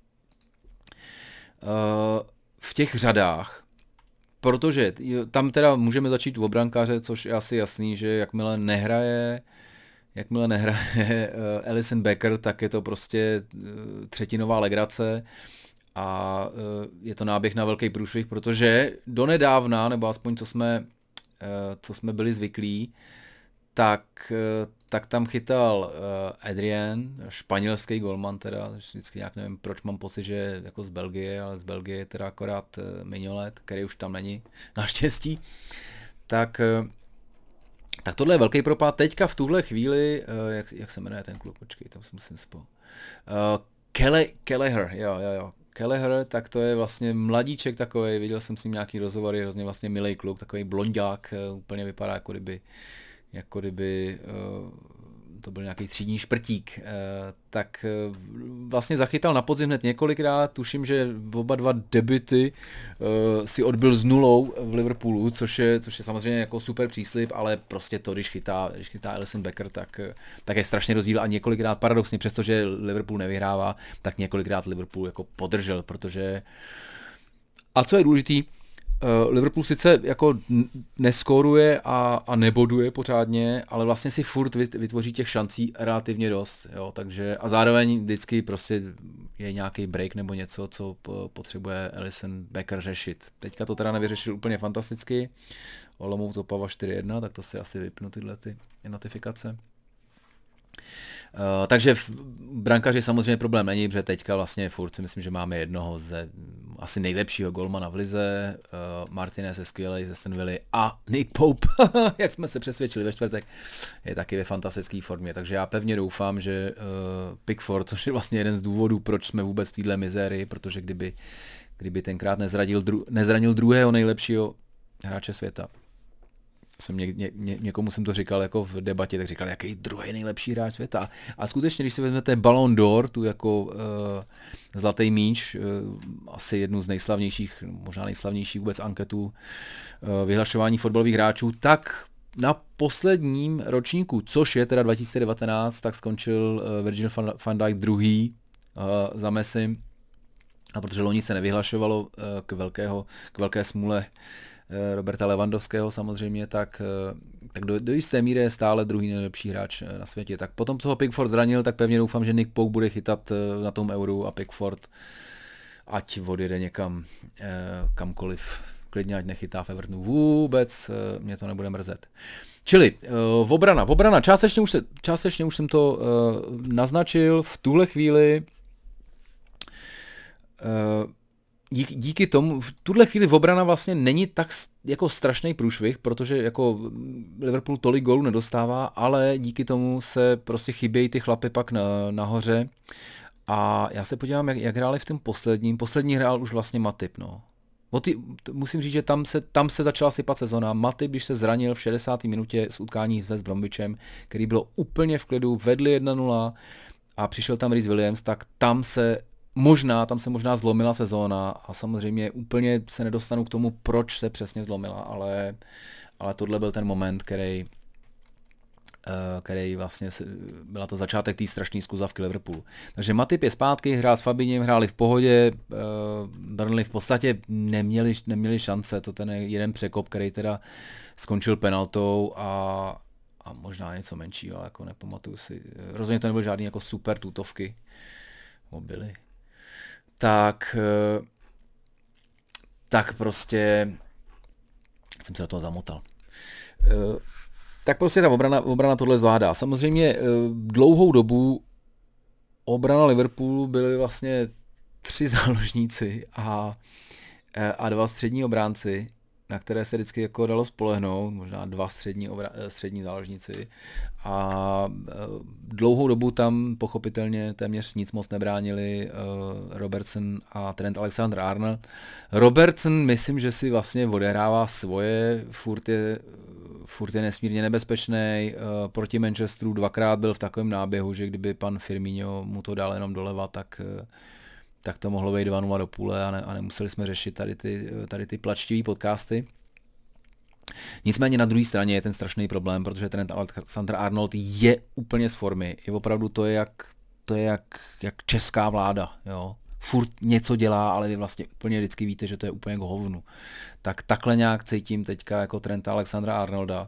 uh, v těch řadách, protože tam teda můžeme začít v obrankáře, což je asi jasný, že jakmile nehraje, jakmile nehraje uh, Alisson Becker, tak je to prostě uh, třetinová legrace a uh, je to náběh na velký průšvih, protože donedávna, nebo aspoň co jsme, uh, co jsme byli zvyklí, tak, uh, tak tam chytal uh, Adrian, španělský golman teda, vždycky nějak nevím, proč mám pocit, že jako z Belgie, ale z Belgie je teda akorát uh, Mignolet, který už tam není, naštěstí. Tak, uh, tak tohle je velký propad. Teďka v tuhle chvíli, uh, jak, jak se jmenuje ten kluk, počkej, to musím spolu. Uh, Kele, Kelleher, jo, jo, jo. Kelleher, tak to je vlastně mladíček takovej, viděl jsem s ním nějaký rozhovory, hrozně vlastně milej kluk, takový blonďák, úplně vypadá jako kdyby, jako kdyby uh, to byl nějaký třídní šprtík, uh, tak uh, vlastně zachytal na podzim hned několikrát, tuším, že oba dva debuty uh, si odbil s nulou v Liverpoolu, což je, což je samozřejmě jako super příslib, ale prostě to, když chytá, když chytá Alisson Becker, tak, tak je strašně rozdíl a několikrát paradoxně, přestože Liverpool nevyhrává, tak několikrát Liverpool jako podržel, protože a co je důležitý, Liverpool sice jako neskóruje a, a neboduje pořádně, ale vlastně si furt vytvoří těch šancí relativně dost, jo, takže a zároveň vždycky prostě je nějaký break nebo něco, co potřebuje Alisson Becker řešit. Teďka to teda nevyřešil úplně fantasticky, Olomouc Opava čtyři jedna, tak to si asi vypnu tyhle ty notifikace. Uh, takže v brankaři samozřejmě problém není, protože teďka vlastně furt si myslím, že máme jednoho ze asi nejlepšího golmana v lize, uh, Martinez je skvělej ze Aston Villa a Nick Pope, jak jsme se přesvědčili ve čtvrtek, je taky ve fantastické formě, takže já pevně doufám, že uh, Pickford, což je vlastně jeden z důvodů, proč jsme vůbec v téhle mizérii, protože kdyby, kdyby tenkrát nezradil dru- nezranil druhého nejlepšího hráče světa, jsem ně, ně, ně, někomu jsem to říkal jako v debatě, tak říkal, jaký druhý nejlepší hráč světa. A skutečně, když si vezmete Ballon d'Or, tu jako uh, zlatý míč, uh, asi jednu z nejslavnějších, možná nejslavnější vůbec anketů uh, vyhlašování fotbalových hráčů, tak na posledním ročníku, což je teda dva tisíce devatenáct, tak skončil uh, Virgil van, van Dijk druhý uh, za Messi. A protože loni se nevyhlašovalo uh, k, velkého, k velké smůle Roberta Lewandowského samozřejmě, tak, tak do, do jisté míry je stále druhý nejlepší hráč na světě. Tak potom, co ho Pickford zranil, tak pevně doufám, že Nick Pope bude chytat na tom Euru a Pickford ať odjede někam kamkoliv. Klidně ať nechytá v Evertonu. Vůbec mě to nebude mrzet. Čili v obrana. V obrana. Částečně už, se, částečně už jsem to naznačil. V tuhle chvíli díky, díky tomu, v tuhle chvíli obrana vlastně není tak jako strašný průšvih, protože jako Liverpool tolik gólů nedostává, ale díky tomu se prostě chybějí ty chlapy pak na, nahoře. A já se podívám, jak, jak hráli v tom posledním. Poslední hrál už vlastně Matip, no. Ty, musím říct, že tam se, tam se začala sypat sezona. Matip, když se zranil v šedesáté minutě z utkání se s Bromwichem, který bylo úplně v klidu, vedli jedna nula a přišel tam Reece Williams, tak tam se možná, tam se možná zlomila sezóna a samozřejmě úplně se nedostanu k tomu, proč se přesně zlomila, ale, ale tohle byl ten moment, který který vlastně byla to začátek té strašné skuzavky Liverpoolu. Takže Matip je zpátky, hrál s Fabinhem, hráli v pohodě, Burnley v podstatě neměli, neměli šance, to ten jeden překop, který teda skončil penaltou a, a možná něco menšího, ale jako nepamatuju si. Rozhodně to nebyly žádný jako super tutovky. Byly. Tak, tak prostě jsem se do toho zamotal. Tak prostě ta obrana, obrana tohle zvládá. Samozřejmě dlouhou dobu obrana Liverpoolu byly vlastně tři záložníci a, a dva střední obránci, na které se vždycky jako dalo spolehnout, možná dva střední, obra, střední záložníci. A dlouhou dobu tam pochopitelně téměř nic moc nebránili Robertson a Trent Alexander-Arnold. Robertson myslím, že si vlastně odehrává svoje, furt je furt je nesmírně nebezpečný, uh, proti Manchesteru dvakrát byl v takovém náběhu, že kdyby pan Firmino mu to dal jenom doleva, tak, uh, tak to mohlo být dva nula do půle a, ne, a nemuseli jsme řešit tady ty, tady ty plačtivý podcasty. Nicméně na druhé straně je ten strašný problém, protože Trent Alexander-Arnold je úplně z formy. Je opravdu to je jak, to je jak, jak česká vláda, jo. Furt něco dělá, ale vy vlastně úplně vždycky víte, že to je úplně k hovnu. Tak takhle nějak cítím teďka jako Trenta Alexandra-Arnolda,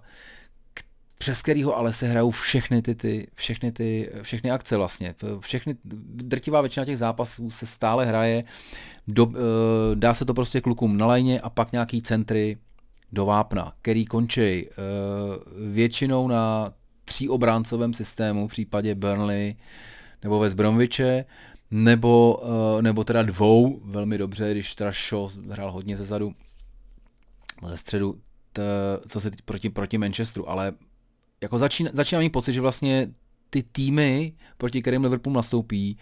přes kterýho ale se hrajou všechny ty, ty, všechny ty, všechny akce vlastně. Všechny, drtivá většina těch zápasů se stále hraje, do, dá se to prostě klukům na lajně a pak nějaký centry do vápna, který končí většinou na tříobráncovém systému v případě Burnley nebo West Bromwiche, Nebo, nebo teda dvou, velmi dobře, když teda Shaw hrál hodně ze zadu, ze středu, t, co se teď proti, proti Manchesteru, ale jako začíná, začíná mít pocit, že vlastně ty týmy, proti kterým Liverpool nastoupí,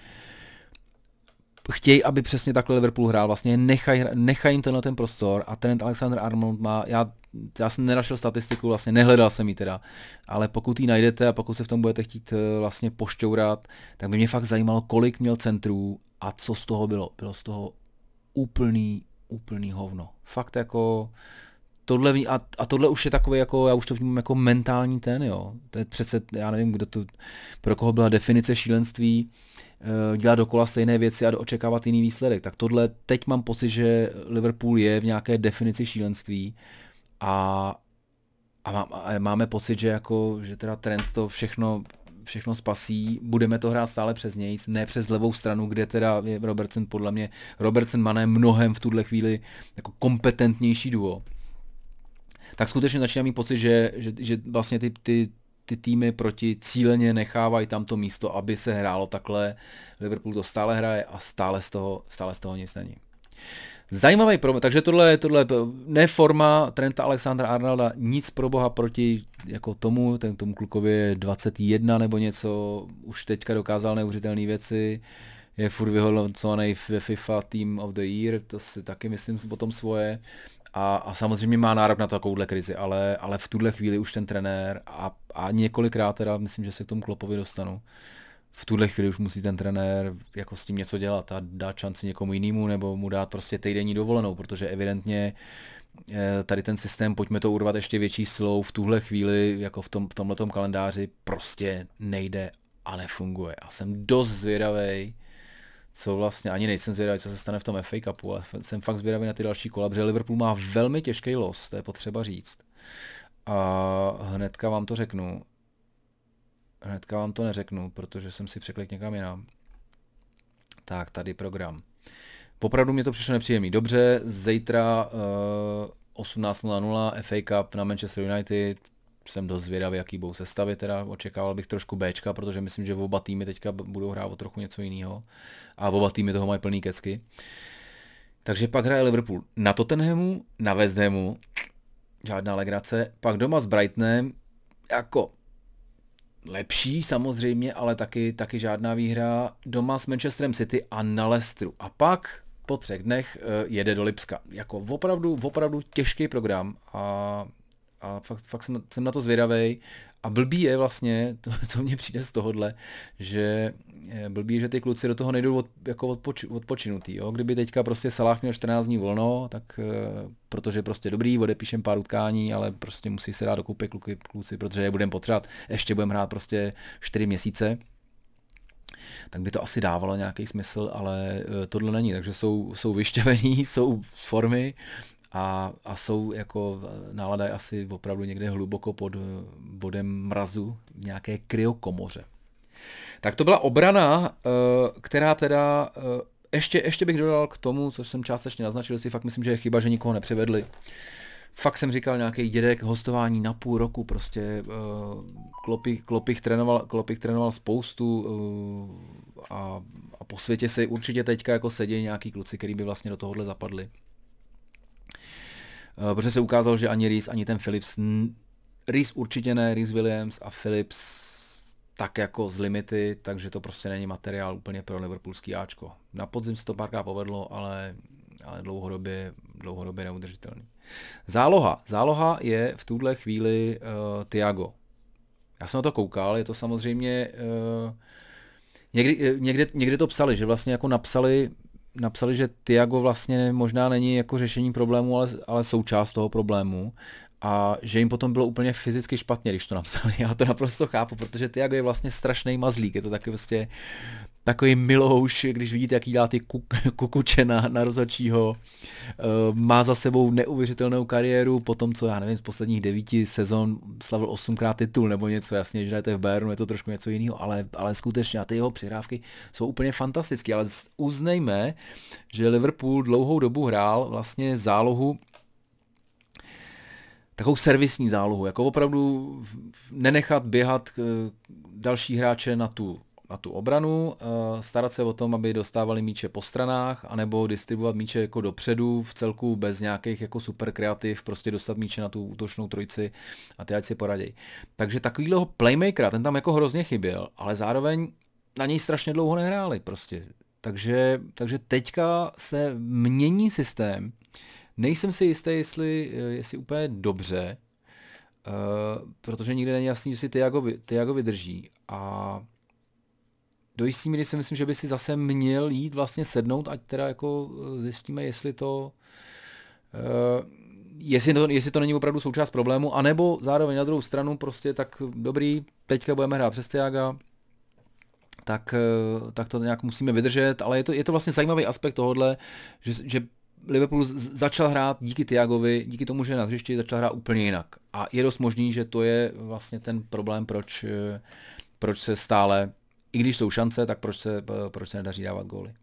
chtějí, aby přesně takhle Liverpool hrál, vlastně nechají nechaj jim tenhle ten prostor a Trent Alexander-Arnold má, já, já jsem nenašel statistiku, vlastně nehledal jsem ji teda, ale pokud ji najdete a pokud se v tom budete chtít vlastně pošťourat, tak by mě fakt zajímalo, kolik měl centrů a co z toho bylo. Bylo z toho úplný, úplný hovno. Fakt jako tohle, a, a tohle už je takový, jako, já už to vnímám jako mentální ten, jo. To je přece, já nevím, kdo to, pro koho byla definice šílenství, dělat dokola stejné věci a očekávat jiný výsledek. Tak tohle, teď mám pocit, že Liverpool je v nějaké definici šílenství a, a, má, a máme pocit, že, jako, že teda Trent to všechno, všechno spasí, budeme to hrát stále přes něj, ne přes levou stranu, kde teda je Robertson podle mě, Robertson Mané mnohem v tuhle chvíli jako kompetentnější duo. Tak skutečně začínám mít pocit, že, že, že vlastně ty, ty, ty týmy proti cíleně nechávají tam to místo, aby se hrálo takhle. Liverpool to stále hraje a stále z toho, stále z toho nic není. Zajímavý problém, takže tohle je tohle ne forma Trenta Alexandra-Arnolda, nic pro boha proti jako tomu, ten tomu klukovi je dvacet jedna nebo něco, už teďka dokázal neuvěřitelné věci, je furt vyhodnocovaný ve FIFA Team of the Year, to si taky myslím potom svoje. A, a samozřejmě má nárok na takovouhle krizi, ale, ale v tuhle chvíli už ten trenér a, a několikrát teda, myslím, že se k tomu Kloppovi dostanu, v tuhle chvíli už musí ten trenér jako s tím něco dělat a dát šanci někomu jinému nebo mu dát prostě týdenní dovolenou, protože evidentně tady ten systém, pojďme to urvat ještě větší silou, v tuhle chvíli, jako v, tom, v tomhletom kalendáři, prostě nejde a nefunguje. A jsem dost zvědavej, co vlastně, ani nejsem zvědavý, co se stane v tom F A Cupu, ale jsem fakt zvědavý na ty další kola, protože Liverpool má velmi těžký los, to je potřeba říct. A hnedka vám to řeknu. Hnedka vám to neřeknu, protože jsem si překlikl někam jinam. Tak, tady program. Popravdu mě to přišlo nepříjemný. Dobře, zítra uh, osmnáct nula nula F A Cup na Manchester United, jsem dost zvědavý, jaký budou sestavy, teda očekával bych trošku Bčka, protože myslím, že oba týmy teďka budou hrát o trochu něco jiného a oba týmy toho mají plný kecky. Takže pak hraje Liverpool na Tottenhamu, na West Hamu, žádná legrace, pak doma s Brightonem, jako lepší samozřejmě, ale taky, taky žádná výhra, doma s Manchesterem City a na Leicesteru. A pak po třech dnech jede do Lipska. Jako opravdu, opravdu těžký program a A fakt, fakt jsem, jsem na to zvědavej. A blbý je vlastně, to, co mně přijde z tohohle, že blbý je, že ty kluci do toho nejdou od, jako odpoč, odpočinutý. Jo? Kdyby teďka prostě Salah měl čtrnáct dní volno, tak protože prostě dobrý, odepíšem pár utkání, ale prostě musí se dát dokupy kluky, kluci, protože je budeme potřebovat, ještě budeme hrát prostě čtyři měsíce. Tak by to asi dávalo nějaký smysl, ale tohle není. Takže jsou, jsou vyšťavený, jsou z formy, A, a jsou jako, nálada je asi opravdu někde hluboko pod bodem mrazu v nějaké kryokomoře. Tak to byla obrana, která teda, ještě, ještě bych dodal k tomu, co jsem částečně naznačil, si fakt myslím, že je chyba, že nikoho nepřivedli. Fakt jsem říkal nějaký dědek, hostování na půl roku, prostě Klopich, Klopich, trénoval, Klopich trénoval spoustu a, a po světě se určitě teďka jako sedí nějaký kluci, který by vlastně do tohohle zapadli. Protože se ukázalo, že ani Reece, ani ten Phillips, Reece určitě ne, Reece Williams a Phillips tak jako z limity, takže to prostě není materiál úplně pro liverpoolský Ačko. Na podzim se to párkrát povedlo, ale, ale dlouhodobě, dlouhodobě neudržitelný. Záloha. Záloha je v tuhle chvíli uh, Thiago. Já jsem na to koukal, je to samozřejmě, uh, někdy, někde, někde to psali, že vlastně jako napsali, napsali, že Thiago vlastně možná není jako řešení problému, ale, ale součást toho problému a že jim potom bylo úplně fyzicky špatně, když to napsali. Já to naprosto chápu, protože Thiago je vlastně strašný mazlík, je to taky vlastně takový milouš, když vidíte, jaký dá ty kuk, kukuče na, na rozhodčího. Uh, má za sebou neuvěřitelnou kariéru, potom co, já nevím, z posledních devíti sezon slavil osmkrát titul nebo něco, jasně, že jdete v Bayernu, je to trošku něco jiného, ale, ale skutečně a ty jeho přihrávky jsou úplně fantastické, ale uznejme, že Liverpool dlouhou dobu hrál vlastně zálohu, takovou servisní zálohu, jako opravdu nenechat běhat další hráče na tu na tu obranu, starat se o tom, aby dostávali míče po stranách, anebo distribuovat míče jako dopředu v celku bez nějakých jako super kreativ, prostě dostat míče na tu útočnou trojici a ty ať si poraděj. Takže takovýhleho playmakera, ten tam jako hrozně chyběl, ale zároveň na něj strašně dlouho nehráli prostě. Takže, takže teďka se mění systém. Nejsem si jistý, jestli, jestli úplně dobře, uh, protože nikdy není jasný, že si Thiago, Thiago vydrží a do jistý míry si myslím, že by si zase měl jít vlastně sednout, ať teda jako zjistíme, jestli to, uh, jestli to, jestli to není opravdu součást problému, anebo zároveň na druhou stranu prostě tak dobrý, teďka budeme hrát přes Thiaga, tak, uh, tak to nějak musíme vydržet, ale je to, je to vlastně zajímavý aspekt tohohle, že, že Liverpool začal hrát díky Thiagovi, díky tomu, že na hřišti začal hrát úplně jinak. A je dost možný, že to je vlastně ten problém, proč, proč se stále, i když jsou šance, tak proč se, proč se nedaří dávat góly.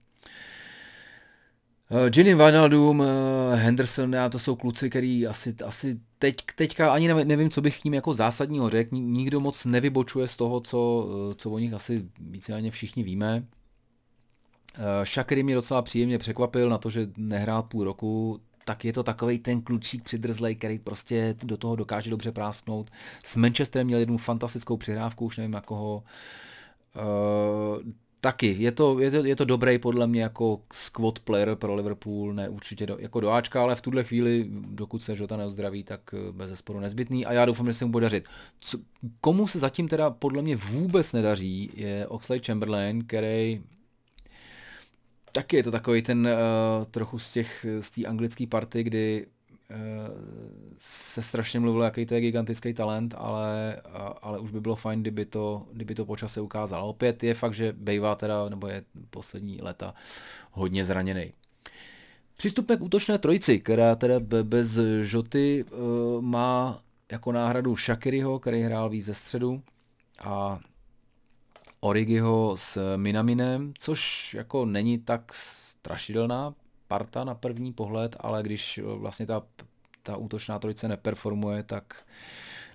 Gini Wijnaldum, Henderson, to jsou kluci, který asi, asi teď, teďka ani nevím, co bych k ním jako zásadního řekl. Nikdo moc nevybočuje z toho, co, co o nich asi víceméně všichni víme. Shaqiri mě docela příjemně překvapil na to, že nehrál půl roku, tak je to takovej ten klučík přidrzlej, který prostě do toho dokáže dobře prásknout. S Manchesterem měl jednu fantastickou přihrávku, už nevím jako ho. Uh, taky, je to, je, to, je to dobrý podle mě jako squad player pro Liverpool, ne určitě do, jako do Ačka, ale v tuhle chvíli, dokud se Jota neozdraví, tak bez zesporu nezbytný a já doufám, že se mu bude dařit. Co, komu se zatím teda podle mě vůbec nedaří, je Oxlade-Chamberlain, který taky je to takový ten uh, trochu z těch, z té anglické party, kdy uh, se strašně mluvilo, jaký to je gigantický talent, ale, uh, ale už by bylo fajn, kdyby to, kdyby to po čase ukázal. Opět je fakt, že bejvá teda, nebo je poslední léta hodně zraněný. Přistupme k útočné trojici, která teda bez Joty uh, má jako náhradu Shaqiriho, který hrál víc ze středu a Origiho s Minaminem, což jako není tak strašidelná parta na první pohled, ale když vlastně ta, ta útočná trojice neperformuje, tak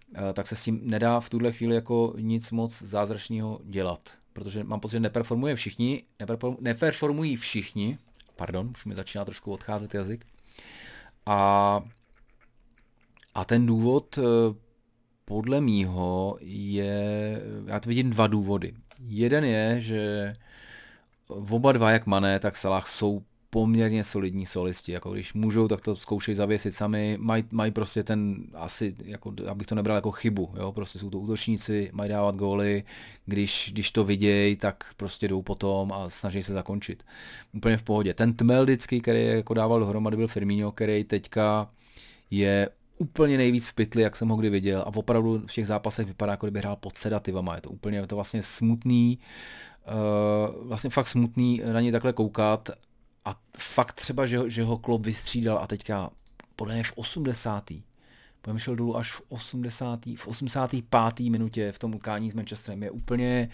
tak se s tím nedá v tuhle chvíli jako nic moc zázračného dělat. Protože mám pocit, že neperformuje všichni, neperform, neperformují všichni, pardon, už mi začíná trošku odcházet jazyk. A, a ten důvod podle mýho je, já to vidím dva důvody. Jeden je, že oba dva, jak Mané, tak Salah, jsou poměrně solidní solisti, jako když můžou, tak to zkoušejí zavěsit sami, mají maj prostě ten, asi, jako, abych to nebral jako chybu, jo? Prostě jsou to útočníci, mají dávat góly, když, když to vidějí, tak prostě jdou potom a snaží se zakončit. Úplně v pohodě. Ten tmel vždycky, který jako dával dohromady, byl Firmino, který teďka je úplně nejvíc v pytli, jak jsem ho kdy viděl, a opravdu v těch zápasech vypadá, jako kdyby hrál pod sedativama, je to úplně, je to vlastně smutný, uh, vlastně fakt smutný na něj takhle koukat. A fakt třeba, že, že ho Klopp vystřídal a teďka podle mě v osmdesáté Pojem šel dolů až v osmdesáté v osmdesáté páté minutě v tom utkání s Manchesterem, je úplně,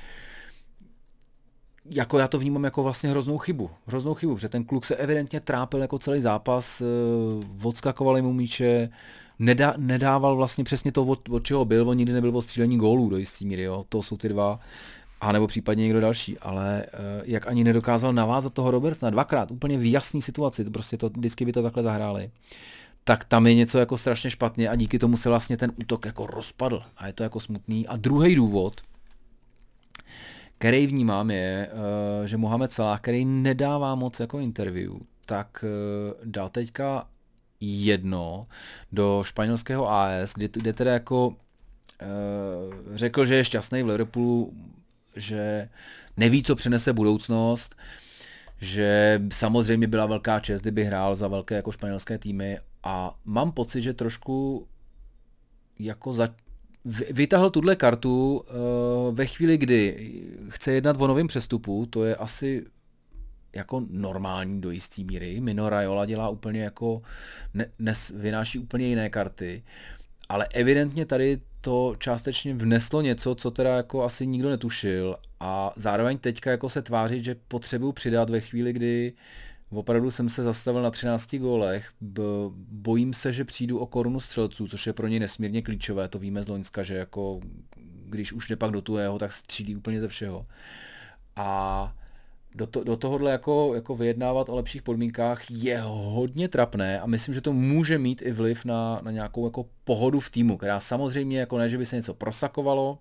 jako já to vnímám jako vlastně hroznou chybu. Hroznou chybu, protože ten kluk se evidentně trápil jako celý zápas, odskakovali mu míče, nedá, nedával vlastně přesně to, od, od čeho byl, on nikdy nebyl od střílení gólů do jistý míry, jo, to jsou ty dva. A nebo případně někdo další, ale uh, jak ani nedokázal navázat toho Robertsona dvakrát, úplně v jasné situaci, to prostě to, vždycky by to takhle zahráli, tak tam je něco jako strašně špatně a díky tomu se vlastně ten útok jako rozpadl a je to jako smutný. A druhý důvod, který vnímám, je, uh, že Mohamed Salah, který nedává moc jako interview, tak uh, dal teďka jedno do španělského A S, kde, kde teda jako uh, řekl, že je šťastný v Liverpoolu, že neví, co přinese budoucnost, že samozřejmě byla velká čest, kdyby hrál za velké jako španělské týmy, a mám pocit, že trošku jako za, vytahl tuhle kartu uh, ve chvíli, kdy chce jednat o novém přestupu, to je asi jako normální do jistý míry. Mino Raiola dělá úplně jako, ne, nes, vynáší úplně jiné karty, ale evidentně tady to částečně vneslo něco, co teda jako asi nikdo netušil, a zároveň teďka jako se tvářit, že potřebuji přidat ve chvíli, kdy opravdu jsem se zastavil na třinácti gólech, bojím se, že přijdu o korunu střelců, což je pro něj nesmírně klíčové, to víme z Loňska, že jako když už nepak dotuje ho, tak střílí úplně ze všeho. A do, to, do tohohle jako, jako vyjednávat o lepších podmínkách je hodně trapné a myslím, že to může mít i vliv na, na nějakou jako pohodu v týmu, která samozřejmě jako ne, že by se něco prosakovalo,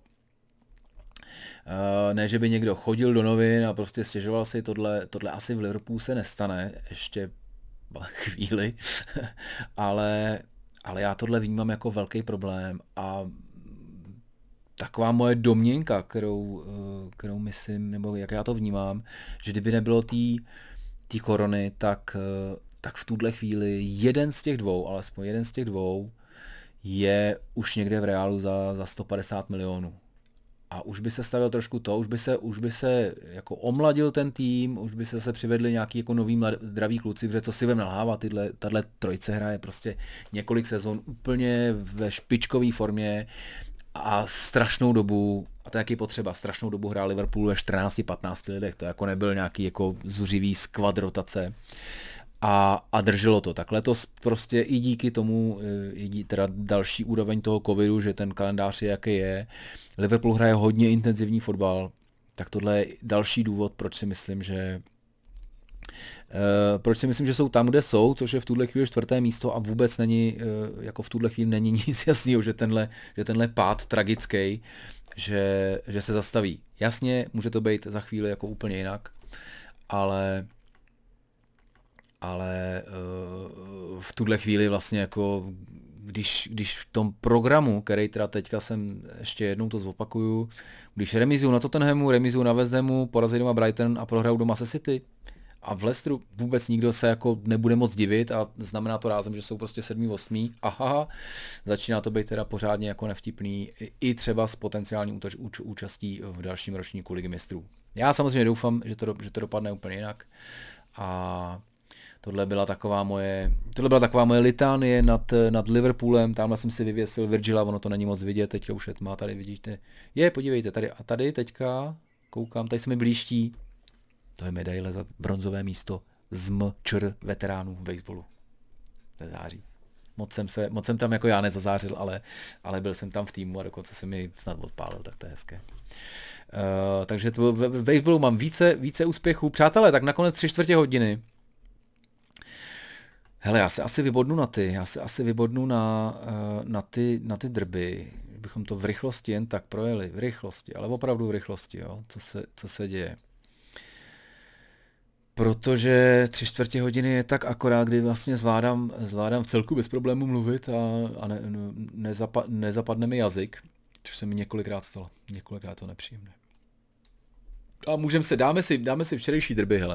ne, že by někdo chodil do novin a prostě stěžoval si, tohle, tohle asi v Liverpoolu se nestane, ještě chvíli, ale, ale já tohle vnímám jako velký problém a taková moje domněnka, kterou, kterou myslím, nebo jak já to vnímám, že kdyby nebylo té korony, tak, tak v tuhle chvíli jeden z těch dvou, alespoň jeden z těch dvou, je už někde v Reálu za, za sto padesát milionů. A už by se stavil trošku to, už by se, už by se jako omladil ten tým, už by se zase přivedli nějaký jako nový mlad, zdraví kluci, protože co si vem nalhávat, tyhle, tahle trojce hraje prostě několik sezon úplně ve špičkové formě a strašnou dobu, a to je jaký potřeba, strašnou dobu hrál Liverpool ve čtrnácti patnácti lidech, to jako nebyl nějaký jako zuřivý skvad rotace. A, a drželo to. Tak letos prostě i díky tomu, i dí, teda další úroveň toho covidu, že ten kalendář je, jaký je, Liverpool hraje hodně intenzivní fotbal, tak tohle je další důvod, proč si myslím, že Uh, proč si myslím, že jsou tam, kde jsou, což je v tuhle chvíli čtvrté místo a vůbec není, uh, jako v tuhle chvíli není nic jasného, že tenhle, že tenhle pád tragický, že, že se zastaví. Jasně, může to být za chvíli jako úplně jinak, ale ale uh, v tuhle chvíli vlastně jako, když, když v tom programu, který teda teďka jsem, ještě jednou to zopakuju, když remizuju na Tottenhamu, remizuju na West Hamu, porazí doma Brighton a prohrajou doma se City, a v Leicesteru vůbec nikdo se jako nebude moc divit a znamená to rázem, že jsou prostě sedmý, osmý. Aha, začíná to být teda pořádně jako nevtipný i třeba s potenciální účastí v dalším ročníku Ligy mistrů. Já samozřejmě doufám, že to, že to dopadne úplně jinak. A tohle byla taková moje, tohle byla taková moje litánie nad, nad Liverpoolem, tamhle jsem si vyvěsil Virgila, ono to není moc vidět, teďka už je tma, tady vidíte. Je, podívejte, tady a tady teďka, koukám, tady se mi blíští. To je medaile za bronzové místo z M Č R veteránů v baseballu. To je září. Moc jsem, se, moc jsem tam jako já nezazářil, ale, ale byl jsem tam v týmu a dokonce se mi snad odpálil, tak to je hezké. Uh, takže to, v, v baseballu mám více, více úspěchů. Přátelé, tak nakonec tři čtvrtě hodiny. Hele, já se asi vybodnu na ty, já se asi vybodnu na, na, ty, na ty drby, bychom to v rychlosti jen tak projeli, v rychlosti, ale opravdu v rychlosti, jo, co se, co se děje. Protože tři čtvrtě hodiny je tak akorát, kdy vlastně zvládám, zvládám v celku bez problémů mluvit a, a ne, nezapa, nezapadne mi jazyk, což se mi několikrát stalo, několikrát to nepříjemné. A můžeme se, dáme si, dáme si včerejší drby, hele.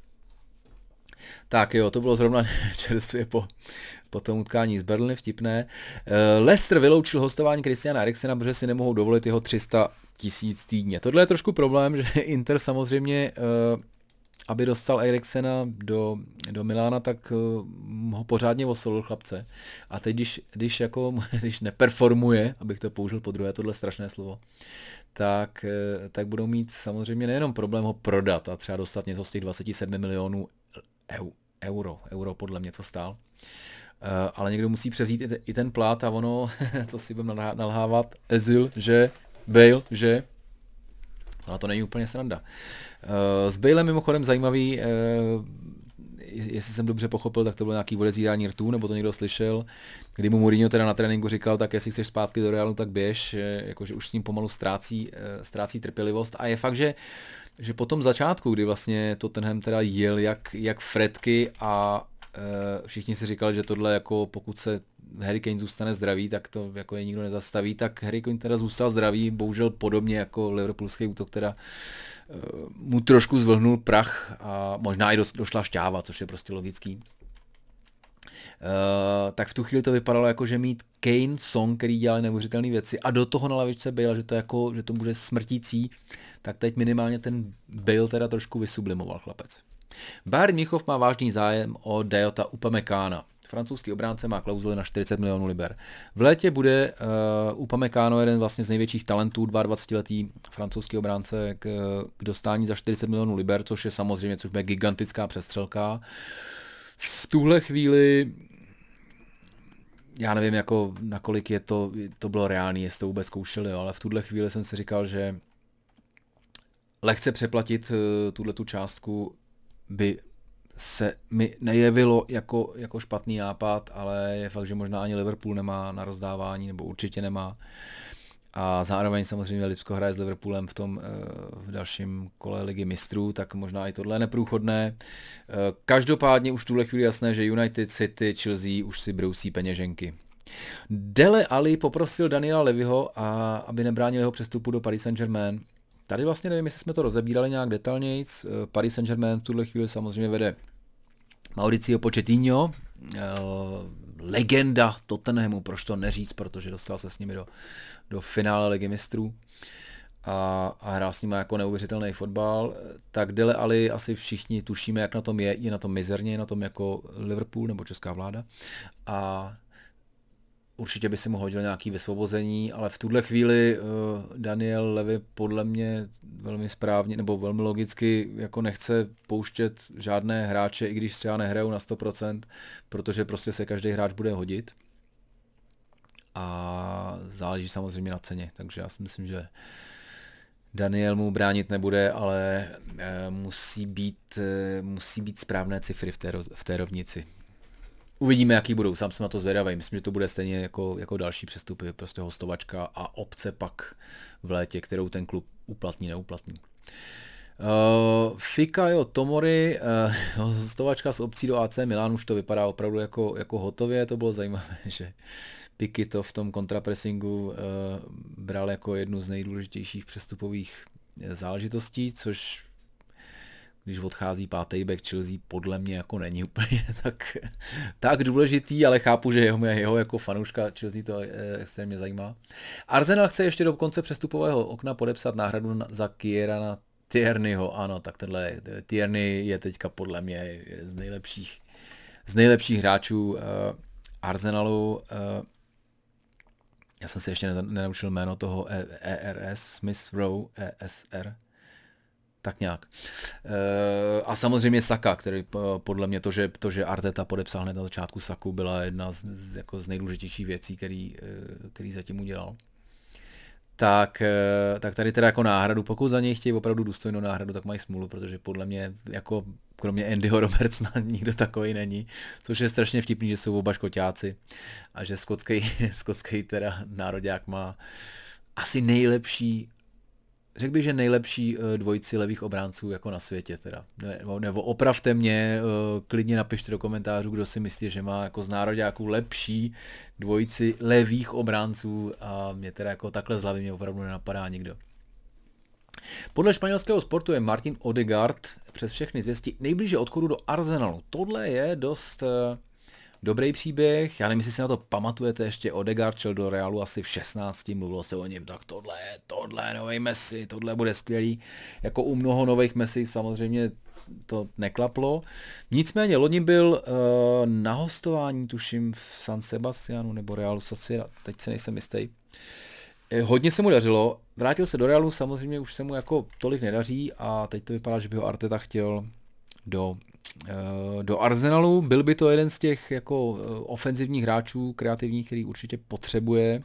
Tak jo, to bylo zrovna čerstvě po, po tom utkání z Berlíny, vtipné. Leicester vyloučil hostování Christiana Eriksena, protože si nemohou dovolit jeho tři sta tisíc týdně. Tohle je trošku problém, že Inter samozřejmě, aby dostal Eriksena do, do Milána, tak ho pořádně osolil chlapce. A teď, když, když, jako, když neperformuje, abych to použil po druhé, tohle strašné slovo, tak, tak budou mít samozřejmě nejenom problém ho prodat a třeba dostat něco z těch dvacet sedm milionů euro, euro podle mě co stál. Uh, ale někdo musí převzít i, i ten plát a ono, co si budeme nalhávat, Özil, že, Bale, že, ona to není úplně sranda. Uh, s Balem mimochodem zajímavý, uh, jestli jsem dobře pochopil, tak to bylo nějaký odezírání rtů, nebo to někdo slyšel, kdy mu Mourinho teda na tréninku říkal, tak jestli chceš zpátky do Realu, tak běž, jakože už s ním pomalu ztrácí, ztrácí trpělivost. A je fakt, že že po tom začátku, kdy vlastně Tottenham teda jel jak, jak fretky a e, všichni si říkali, že tohle jako pokud se Harry Kane zůstane zdravý, tak to jako je nikdo nezastaví, tak Harry Kane teda zůstal zdravý, bohužel podobně jako liverpoolský útok, teda e, mu trošku zvlhnul prach a možná i došla šťáva, což je prostě logický. Uh, tak v tu chvíli to vypadalo jako, že mít Kane, Son, který dělali neuvěřitelné věci a do toho na lavičce Bale, že to, jako, že to bude smrtící, tak teď minimálně ten Bale teda trošku vysublimoval chlapec. Bayern Mnichov má vážný zájem o Dayota Upamecana. Francouzský obránce má klauzuli na čtyřicet milionů liber. V létě bude uh, Upamecano jeden vlastně z největších talentů, dvacetiletý francouzský obránce k, k dostání za čtyřicet milionů liber, což je samozřejmě, což bude gigantická přestřelka. V tuhle chvíli, já nevím, jako, nakolik je to, to bylo reálné, jestli to vůbec zkoušeli, ale v tuhle chvíli jsem si říkal, že lehce přeplatit uh, tuhletu částku by se mi nejevilo jako, jako špatný nápad, ale je fakt, že možná ani Liverpool nemá na rozdávání, nebo určitě nemá. A zároveň samozřejmě Lipsko hraje s Liverpoolem v tom v dalším kole ligy mistrů, tak možná i tohle je neprůchodné. Každopádně už v tuhle chvíli jasné, že United, City, Chelsea už si brousí peněženky. Dele Alli poprosil Daniela Levyho, a aby nebránil jeho přestupu do Paris Saint-Germain. Tady vlastně nevím, jestli jsme to rozebírali nějak detailnějc. Paris Saint-Germain v tuhle chvíli samozřejmě vede Mauricio Pochettino, legenda Tottenhamu, proč to neříct, protože dostal se s nimi do, do finále ligy mistrů a, a hrál s nimi jako neuvěřitelný fotbal. Tak Dele Alli asi všichni tušíme, jak na tom je, je na tom mizerně, je na tom jako Liverpool nebo česká vláda. A určitě by si mu hodil nějaký vysvobození, ale v tuhle chvíli uh, Daniel Levy podle mě velmi správně nebo velmi logicky jako nechce pouštět žádné hráče, i když třeba nehrajou na sto procent, protože prostě se každý hráč bude hodit. A záleží samozřejmě na ceně, takže já si myslím, že Daniel mu bránit nebude, ale uh, musí být, uh, musí být správné cifry v té, v té rovnici. Uvidíme, jaký budou, sám jsem na to zvědavý. Myslím, že to bude stejně jako, jako další přestupy, prostě hostovačka a opce pak v létě, kterou ten klub uplatní, neuplatní. Uh, Fikayo Tomori, uh, hostovačka s opcí do A C Milan, už to vypadá opravdu jako, jako hotově, to bylo zajímavé, že Piky to v tom kontrapressingu uh, bral jako jednu z nejdůležitějších přestupových záležitostí, což když odchází pátý back Chelsea, podle mě jako není úplně tak, tak důležitý, ale chápu, že jeho, jeho jako fanouška Chelsea to extrémně zajímá. Arsenal chce ještě do konce přestupového okna podepsat náhradu za Kierana Tierneyho. Ano, tak tenhle Tierney je teďka podle mě z nejlepších, z nejlepších hráčů uh, Arsenalu. Uh, já jsem si ještě nenaučil jméno toho E R S, Smith Rowe, E S R. Tak nějak. A samozřejmě Saka, který podle mě to, že, to, že Arteta podepsal hned na začátku Saku, byla jedna z, jako z nejdůležitějších věcí, který, který zatím udělal. Tak, tak tady teda jako náhradu, pokud za něj chtějí opravdu důstojnou náhradu, tak mají smůlu, protože podle mě jako kromě Andyho Robertsona nikdo takový není, což je strašně vtipný, že jsou oba škoťáci a že skotský, skotský teda nároďák má asi nejlepší, řekl bych, že nejlepší dvojici levých obránců jako na světě teda. Nebo, nebo opravte mě, klidně napište do komentářů, kdo si myslí, že má jako z nároďáků lepší dvojici levých obránců a mě teda jako takhle z hlavy mě opravdu nenapadá nikdo. Podle španělského sportu je Martin Odegaard přes všechny zvěsti nejblíže odchodu do Arsenalu. Tohle je dost dobrý příběh, já nevím, jestli si na to pamatujete, ještě Odegaard šel do Realu asi v šestnácti, mluvilo se o něm, tak tohle je, tohle je nový Messi, tohle bude skvělý. Jako u mnoho nových Messi samozřejmě to neklaplo. Nicméně loni byl uh, na hostování, tuším v San Sebastianu nebo Realu Sociedad, teď se nejsem jistý. Hodně se mu dařilo, vrátil se do Realu, samozřejmě už se mu jako tolik nedaří a teď to vypadá, že by ho Arteta chtěl do do Arsenalu. Byl by to jeden z těch jako ofenzivních hráčů, kreativních, který určitě potřebuje.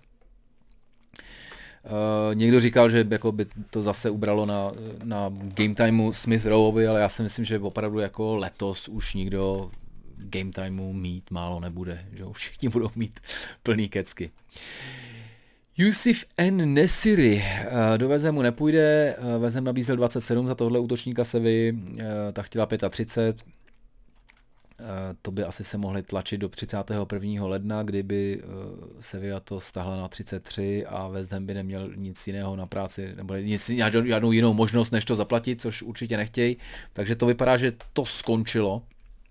Někdo říkal, že jako by to zase ubralo na, na game timeu Smith Roweovi, ale já si myslím, že opravdu jako letos už nikdo game timeu mít málo nebude, že už všichni budou mít plný kecky. Yusuf N. Nesiri, do Vezemu nepůjde, Vezem nabízel dvacet sedm za tohle útočníka Sevy, ta chtěla třicet pět, to by asi se mohli tlačit do třicátého prvního ledna, kdyby Sevilla to stáhla na třicet tři a West Ham by neměl nic jiného na práci, nebo nic, žádnou jinou možnost, než to zaplatit, což určitě nechtějí, takže to vypadá, že to skončilo.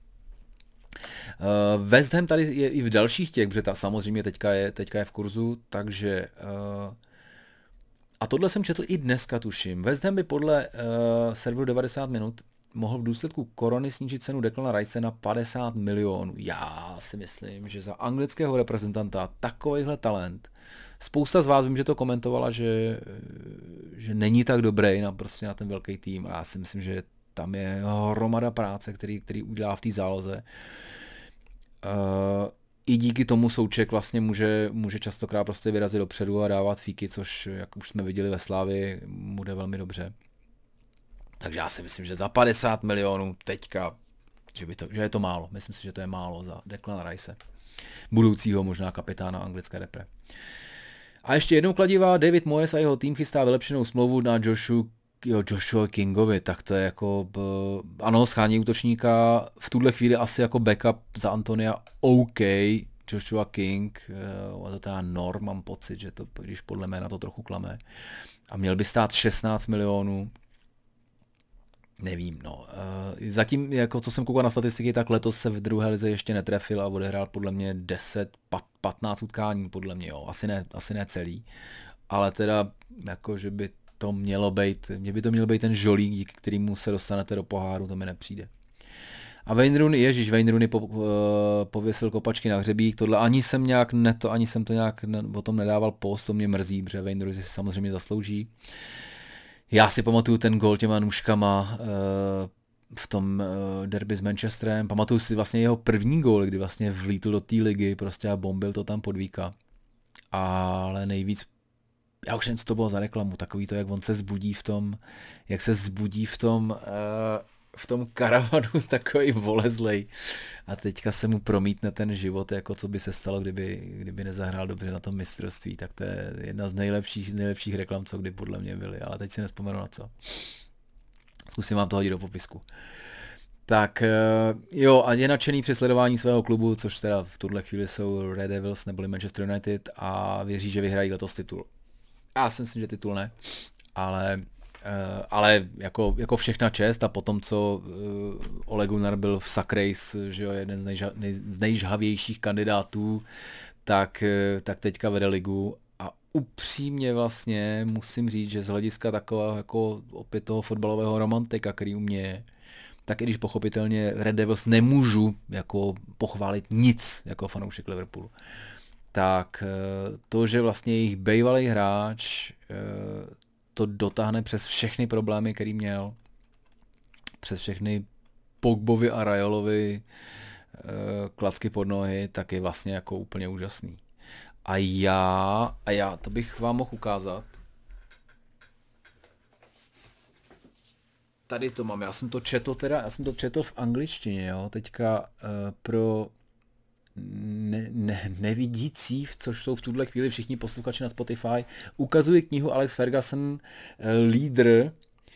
Uh, West Ham tady je i v dalších těch, protože ta samozřejmě teďka je, teďka je v kurzu, takže uh, a tohle jsem četl i dneska, tuším. West Ham by podle uh, serveru devadesát minut mohl v důsledku korony snížit cenu Declana Rice na padesát milionů. Já si myslím, že za anglického reprezentanta takovýhle talent, spousta z vás vím, že to komentovala, že, že není tak dobrý na, prostě na ten velký tým a já si myslím, že tam je hromada práce, který, který udělá v té záloze. Uh, I díky tomu Souček vlastně může, může častokrát prostě vyrazit dopředu a dávat fíky, což, jak už jsme viděli ve Slávii, mu jde velmi dobře. Takže já si myslím, že za padesát milionů teďka, že, by to, že je to málo. Myslím si, že to je málo za Declana Rice, budoucího možná kapitána anglické repre. A ještě jednou kladivá, David Moyes a jeho tým chystá vylepšenou smlouvu na Joshua Jo, Joshua Kingovi, tak to je jako, ano, schání útočníka, v tuhle chvíli asi jako backup za Antonia OK, Joshua King, to teda Norm, mám pocit, že to, když podle jména to trochu klame, a měl by stát šestnáct milionů, nevím, no, zatím, jako co jsem koukal na statistiky, tak letos se v druhé lize ještě netrefil a odehrál podle mě deset patnáct utkání, podle mě, jo, asi ne, asi ne celý, ale teda, jako, že by to mělo být, mě by to měl být ten žolík, díky kterému se dostanete do poháru, to mi nepřijde. A Wayne Rooney, ježiš, Wayne Rooney po, uh, pověsil kopačky na hřebík, tohle ani jsem nějak, ne, to, ani jsem to nějak ne, o tom nedával post, to mě mrzí, protože Wayne Rooney si samozřejmě zaslouží. Já si pamatuju ten gól těma nůžkama uh, v tom uh, derby s Manchesterem, pamatuju si vlastně jeho první gól, kdy vlastně vlítl do té ligy prostě a bombil to tam podvíka. Ale nejvíc já už jen co to bylo za reklamu, takový to, jak on se zbudí v tom, jak se zbudí v tom, uh, v tom karavanu, takový volezlej. A teďka se mu promítne ten život, jako co by se stalo, kdyby, kdyby nezahrál dobře na tom mistrovství. Tak to je jedna z nejlepších, nejlepších reklam, co kdy podle mě byly, ale teď si nevzpomenu na co. Zkusím vám to hodit do popisku. Tak jo, a je nadšený při sledování svého klubu, což teda v tuhle chvíli jsou Red Devils neboli Manchester United a věří, že vyhrají letos titul. Já si myslím, že titul ne, ale, ale jako, jako všechna čest a potom, co Ole Gunnar byl v Sack Race, že jo, jeden z, nejža, nej, z nejžhavějších kandidátů, tak, tak teďka vede ligu a upřímně vlastně musím říct, že z hlediska takového jako opět toho fotbalového romantika, který u mě je, tak i když pochopitelně Red Devils nemůžu jako pochválit nic jako fanoušek Liverpoolu, tak to, že vlastně jejich bývalý hráč to dotáhne přes všechny problémy, který měl, přes všechny Pogbovi a Rajolovi klacky pod nohy, tak je vlastně jako úplně úžasný. A já, a já, to bych vám mohl ukázat. Tady to mám, já jsem to četl teda, já jsem to četl v angličtině, jo, teďka uh, pro ne, ne, nevidící, což jsou v tuhle chvíli všichni posluchači na Spotify, ukazuje knihu Alex Ferguson, uh, Lídr,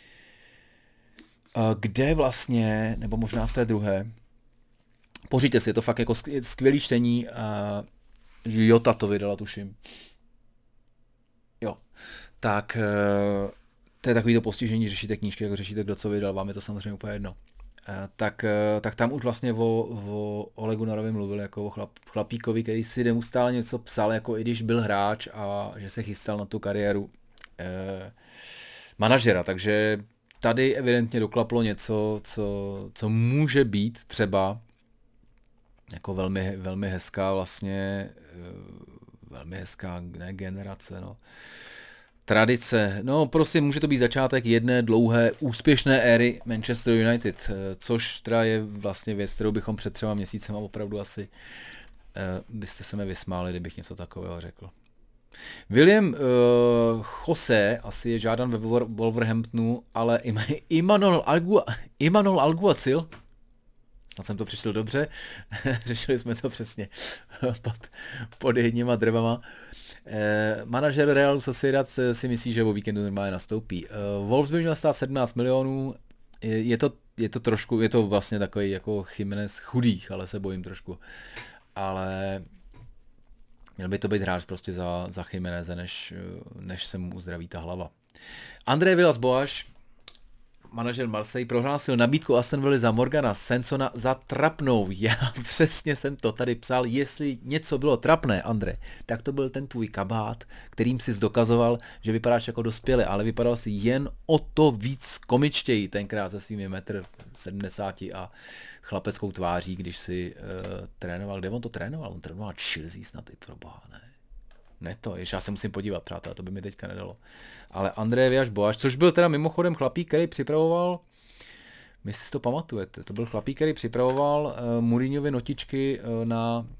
uh, kde vlastně, nebo možná v té druhé, pořiďte si, je to fakt jako skvělý čtení, uh, Jota to vydala, tuším. Jo, tak uh, to je takový to postižení, řešíte knížky, jako řešíte, kdo co vydal, vám je to samozřejmě úplně jedno. Uh, tak, uh, tak tam už vlastně o, o Ole Gunnarovi mluvil jako o chlap, chlapíkovi, který si neustále něco psal, jako i když byl hráč a že se chystal na tu kariéru uh, manažera, takže tady evidentně doklaplo něco, co, co může být třeba jako velmi, velmi hezká vlastně, velmi hezká ne, generace, no. Tradice, no prostě může to být začátek jedné dlouhé úspěšné éry Manchester United, což teda je vlastně věc, kterou bychom před třema měsícema opravdu asi byste se mi vysmáli, kdybych něco takového řekl. William uh, Jose asi je žádan ve Wolverhamptonu, ale Imanol Algua, Imanol Alguacil, snad jsem to přišel dobře, řešili jsme to přesně pod, pod jedněma drbama. Eh, manažer Realu Sociedad si myslí, že o víkendu normálně nastoupí. Eh, Wolves by měl stát sedmnáct milionů, je, je, to, je to trošku, je to vlastně takový jako Jiménez chudých, ale se bojím trošku. Ale měl by to být hráč prostě za, za Jiméneze, než, než se mu uzdraví ta hlava. André Villas-Boas, manažer Marseille, prohlásil nabídku Aston Villa za Morgana Sensona za trapnou. Já přesně jsem to tady psal, jestli něco bylo trapné, André, tak to byl ten tvůj kabát, kterým jsi dokazoval, že vypadáš jako dospělý, ale vypadal si jen o to víc komičtěji tenkrát se svými metr sedmdesáti a chlapeckou tváří, když si uh, trénoval. Kde on to trénoval? On trénoval Chelsea snad i pro boha, ne? Ne to, ještě já se musím podívat, přátelé, to by mi teďka nedalo. Ale André Villas-Boas, což byl teda mimochodem chlapík, který připravoval, my si to pamatujete, to byl chlapík, který připravoval uh, Mourinhovi notičky uh, na, uh,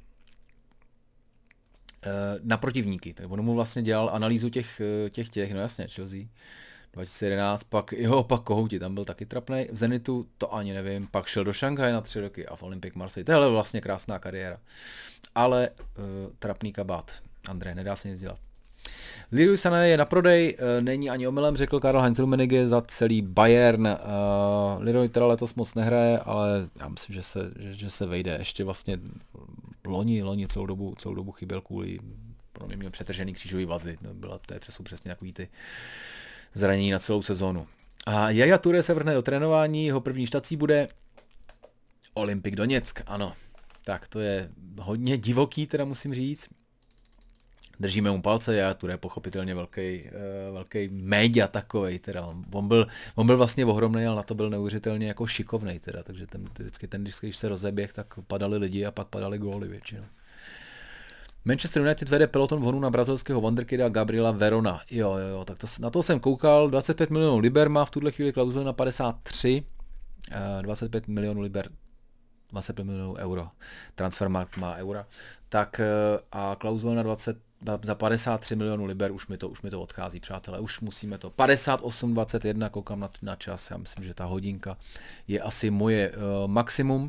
na protivníky. Tak on mu vlastně dělal analýzu těch, těch, těch, no jasně, Chelsea dva tisíce jedenáct, pak, jo, pak Kohouti, tam byl taky trapnej, v Zenitu to ani nevím, pak šel do Šanghaje na tři roky a v Olympique Marseille, tohle je vlastně krásná kariéra. Ale uh, trapný kabát. André, nedá se nic dělat. Leroy Sané je na prodej, není ani omylem, řekl Karl-Heinz Rummenigge za celý Bayern. Leroy teda letos moc nehraje, ale já myslím, že se, že, že se vejde. Ještě vlastně loni, loni celou dobu, celou dobu chyběl kvůli, pro mě měl přetržený křížový vazy. Byla, to je přesou přesně takový ty zranění na celou sezónu. A Yaya Touré se vrhne do trénování, jeho první štací bude Olympik Doněck, ano. Tak to je hodně divoký, teda musím říct. Držíme mu palce, já tu je pochopitelně velký, uh, velký média takovej, teda on byl, on byl vlastně ohromný, ale na to byl neuvěřitelně jako šikovnej, teda, takže ten, vždycky ten, když se rozeběh, tak padali lidi a pak padali góly většinou. Manchester United vede peloton v honu na brazilského wonderkida Gabriela Verona. Jo, jo, jo, tak to, na to jsem koukal, dvacet pět milionů liber má v tuhle chvíli klauzuli na padesát tři, uh, dvacet pět milionů liber, dvacet pět milionů euro, Transfermarkt má eura, tak uh, a klauzule na dvacet za padesát tři milionů liber, už mi to, už mi to odchází, přátelé, už musíme to. padesát osm dvacet jedna, koukám na, na čas, já myslím, že ta hodinka je asi moje uh, maximum.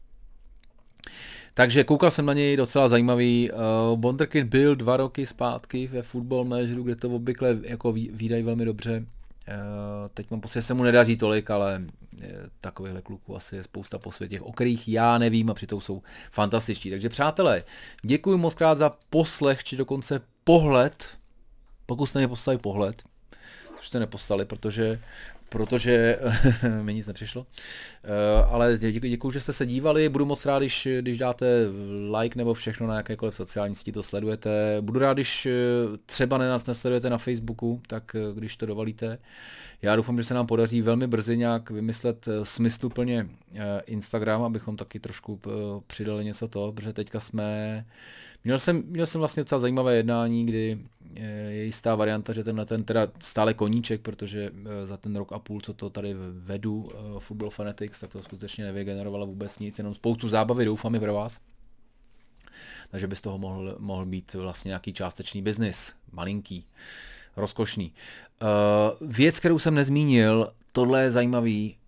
Takže koukal jsem na něj, docela zajímavý. Uh, Wonderkid byl dva roky zpátky ve Football Manageru, kde to obvykle jako výdají velmi dobře. Uh, teď mám pocit, že se mu nedaří tolik, ale takovýchhle kluků asi je spousta po světě, o kterých já nevím a přitom jsou fantastičtí. Takže přátelé, děkuji moc krát za poslech, či dokonce pohled, pokud jste mě poslali pohled, což jste neposlali, protože protože mi nic nepřišlo. Uh, ale děkuji, děkuji, že jste se dívali, budu moc rád, když, když dáte like nebo všechno na jakékoliv sociální síti to sledujete. Budu rád, když třeba nás nesledujete na Facebooku, tak když to dovolíte. Já doufám, že se nám podaří velmi brzy nějak vymyslet smysluplně Instagram, abychom taky trošku přidali něco to, protože teďka jsme Měl jsem, měl jsem vlastně docela zajímavé jednání, kdy je jistá varianta, že tenhle ten teda stále koníček, protože za ten rok a půl, co to tady vedu Football Fanatics, tak to skutečně nevygenerovalo vůbec nic, jenom spoustu zábavy, doufám i pro vás. Takže by z toho mohl, mohl být vlastně nějaký částečný biznis, malinký, rozkošný. Uh, věc, kterou jsem nezmínil, tohle je zajímavý,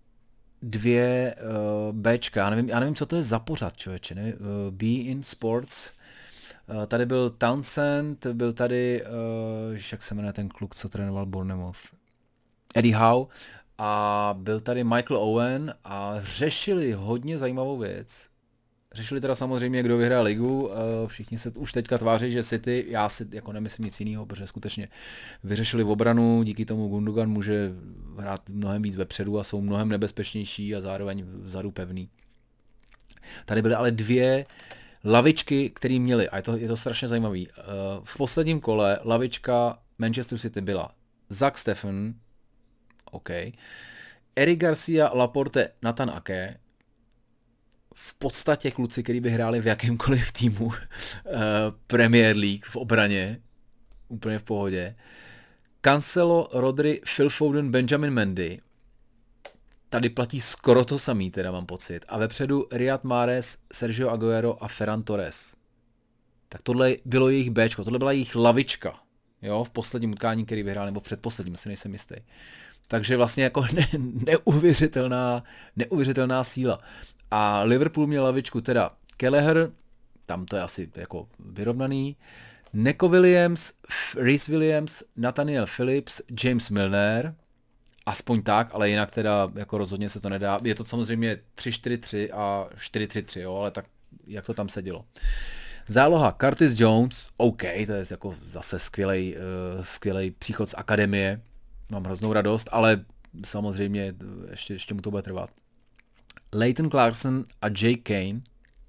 dvě uh, Bčka, já nevím, já nevím, co to je za pořad, člověče, ne? Uh, Be in Sports, uh, tady byl Townsend, byl tady, uh, jak se jmenuje ten kluk, co trénoval Bournemouth, Eddie Howe, a byl tady Michael Owen a řešili hodně zajímavou věc. Řešili teda samozřejmě, kdo vyhrál ligu, všichni se už teďka tváří, že City, já si jako nemyslím nic jiného, protože skutečně vyřešili v obranu, díky tomu Gundogan může hrát mnohem víc vepředu a jsou mnohem nebezpečnější a zároveň vzadu pevný. Tady byly ale dvě lavičky, které měly, a je to, je to strašně zajímavý. V posledním kole lavička Manchester City byla Zach Steffen, OK, Eric Garcia, Laporte, Nathan Ake, v podstatě kluci, kteří by hráli v jakýmkoliv týmu uh, Premier League v obraně, úplně v pohodě. Cancelo, Rodri, Phil Foden, Benjamin Mendy. Tady platí skoro to samý, teda mám pocit. A vepředu Riyad Mahrez, Sergio Aguero a Ferran Torres. Tak tohle bylo jejich Bčko, tohle byla jejich lavička. Jo, v posledním utkání, který vyhrál, nebo předposledním, si nejsem jistý. Takže vlastně jako ne, neuvěřitelná, neuvěřitelná síla. A Liverpool měl lavičku teda Kelleher, tam to je asi jako vyrovnaný, Neco Williams, Reece Williams, Nathaniel Phillips, James Milner, aspoň tak, ale jinak teda jako rozhodně se to nedá. Je to samozřejmě tři čtyři tři a čtyři tři tři, jo, ale tak jak to tam sedělo. Záloha Curtis Jones, OK, to je jako zase skvělej, uh, skvělej příchod z akademie, mám hroznou radost, ale samozřejmě ještě, ještě mu to bude trvat. Leighton Clarkson a Jake Kane,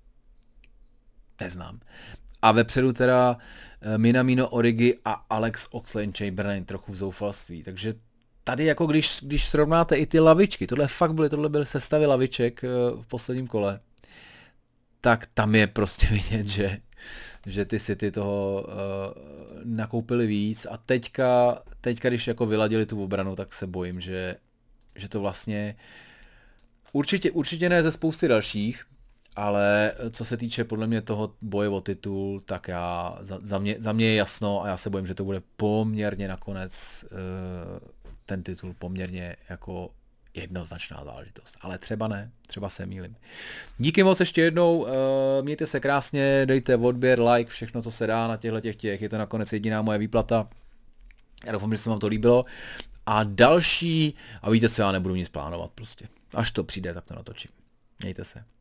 neznám. A vepředu teda Minamino Origi a Alex Oxlade-Chamberlain, trochu v zoufalství. Takže tady jako když, když srovnáte i ty lavičky, tohle fakt byly, tohle byly sestavy laviček v posledním kole, tak tam je prostě vidět, že, že ty City toho uh, nakoupili víc a teďka, teďka, když jako vyladili tu obranu, tak se bojím, že, že to vlastně určitě, určitě ne ze spousty dalších, ale co se týče podle mě toho boje o titul, tak já, za, za, mě, za mě je jasno a já se bojím, že to bude poměrně nakonec uh, ten titul poměrně jako jednoznačná záležitost. Ale třeba ne, třeba se mýlím. Díky moc ještě jednou, uh, mějte se krásně, dejte odběr, like, všechno, co se dá na těchto těch těch, je to nakonec jediná moje výplata. Já doufám, že se vám to líbilo. A další, a víte co, já nebudu nic plánovat prostě. Až to přijde, tak to natočím. Mějte se.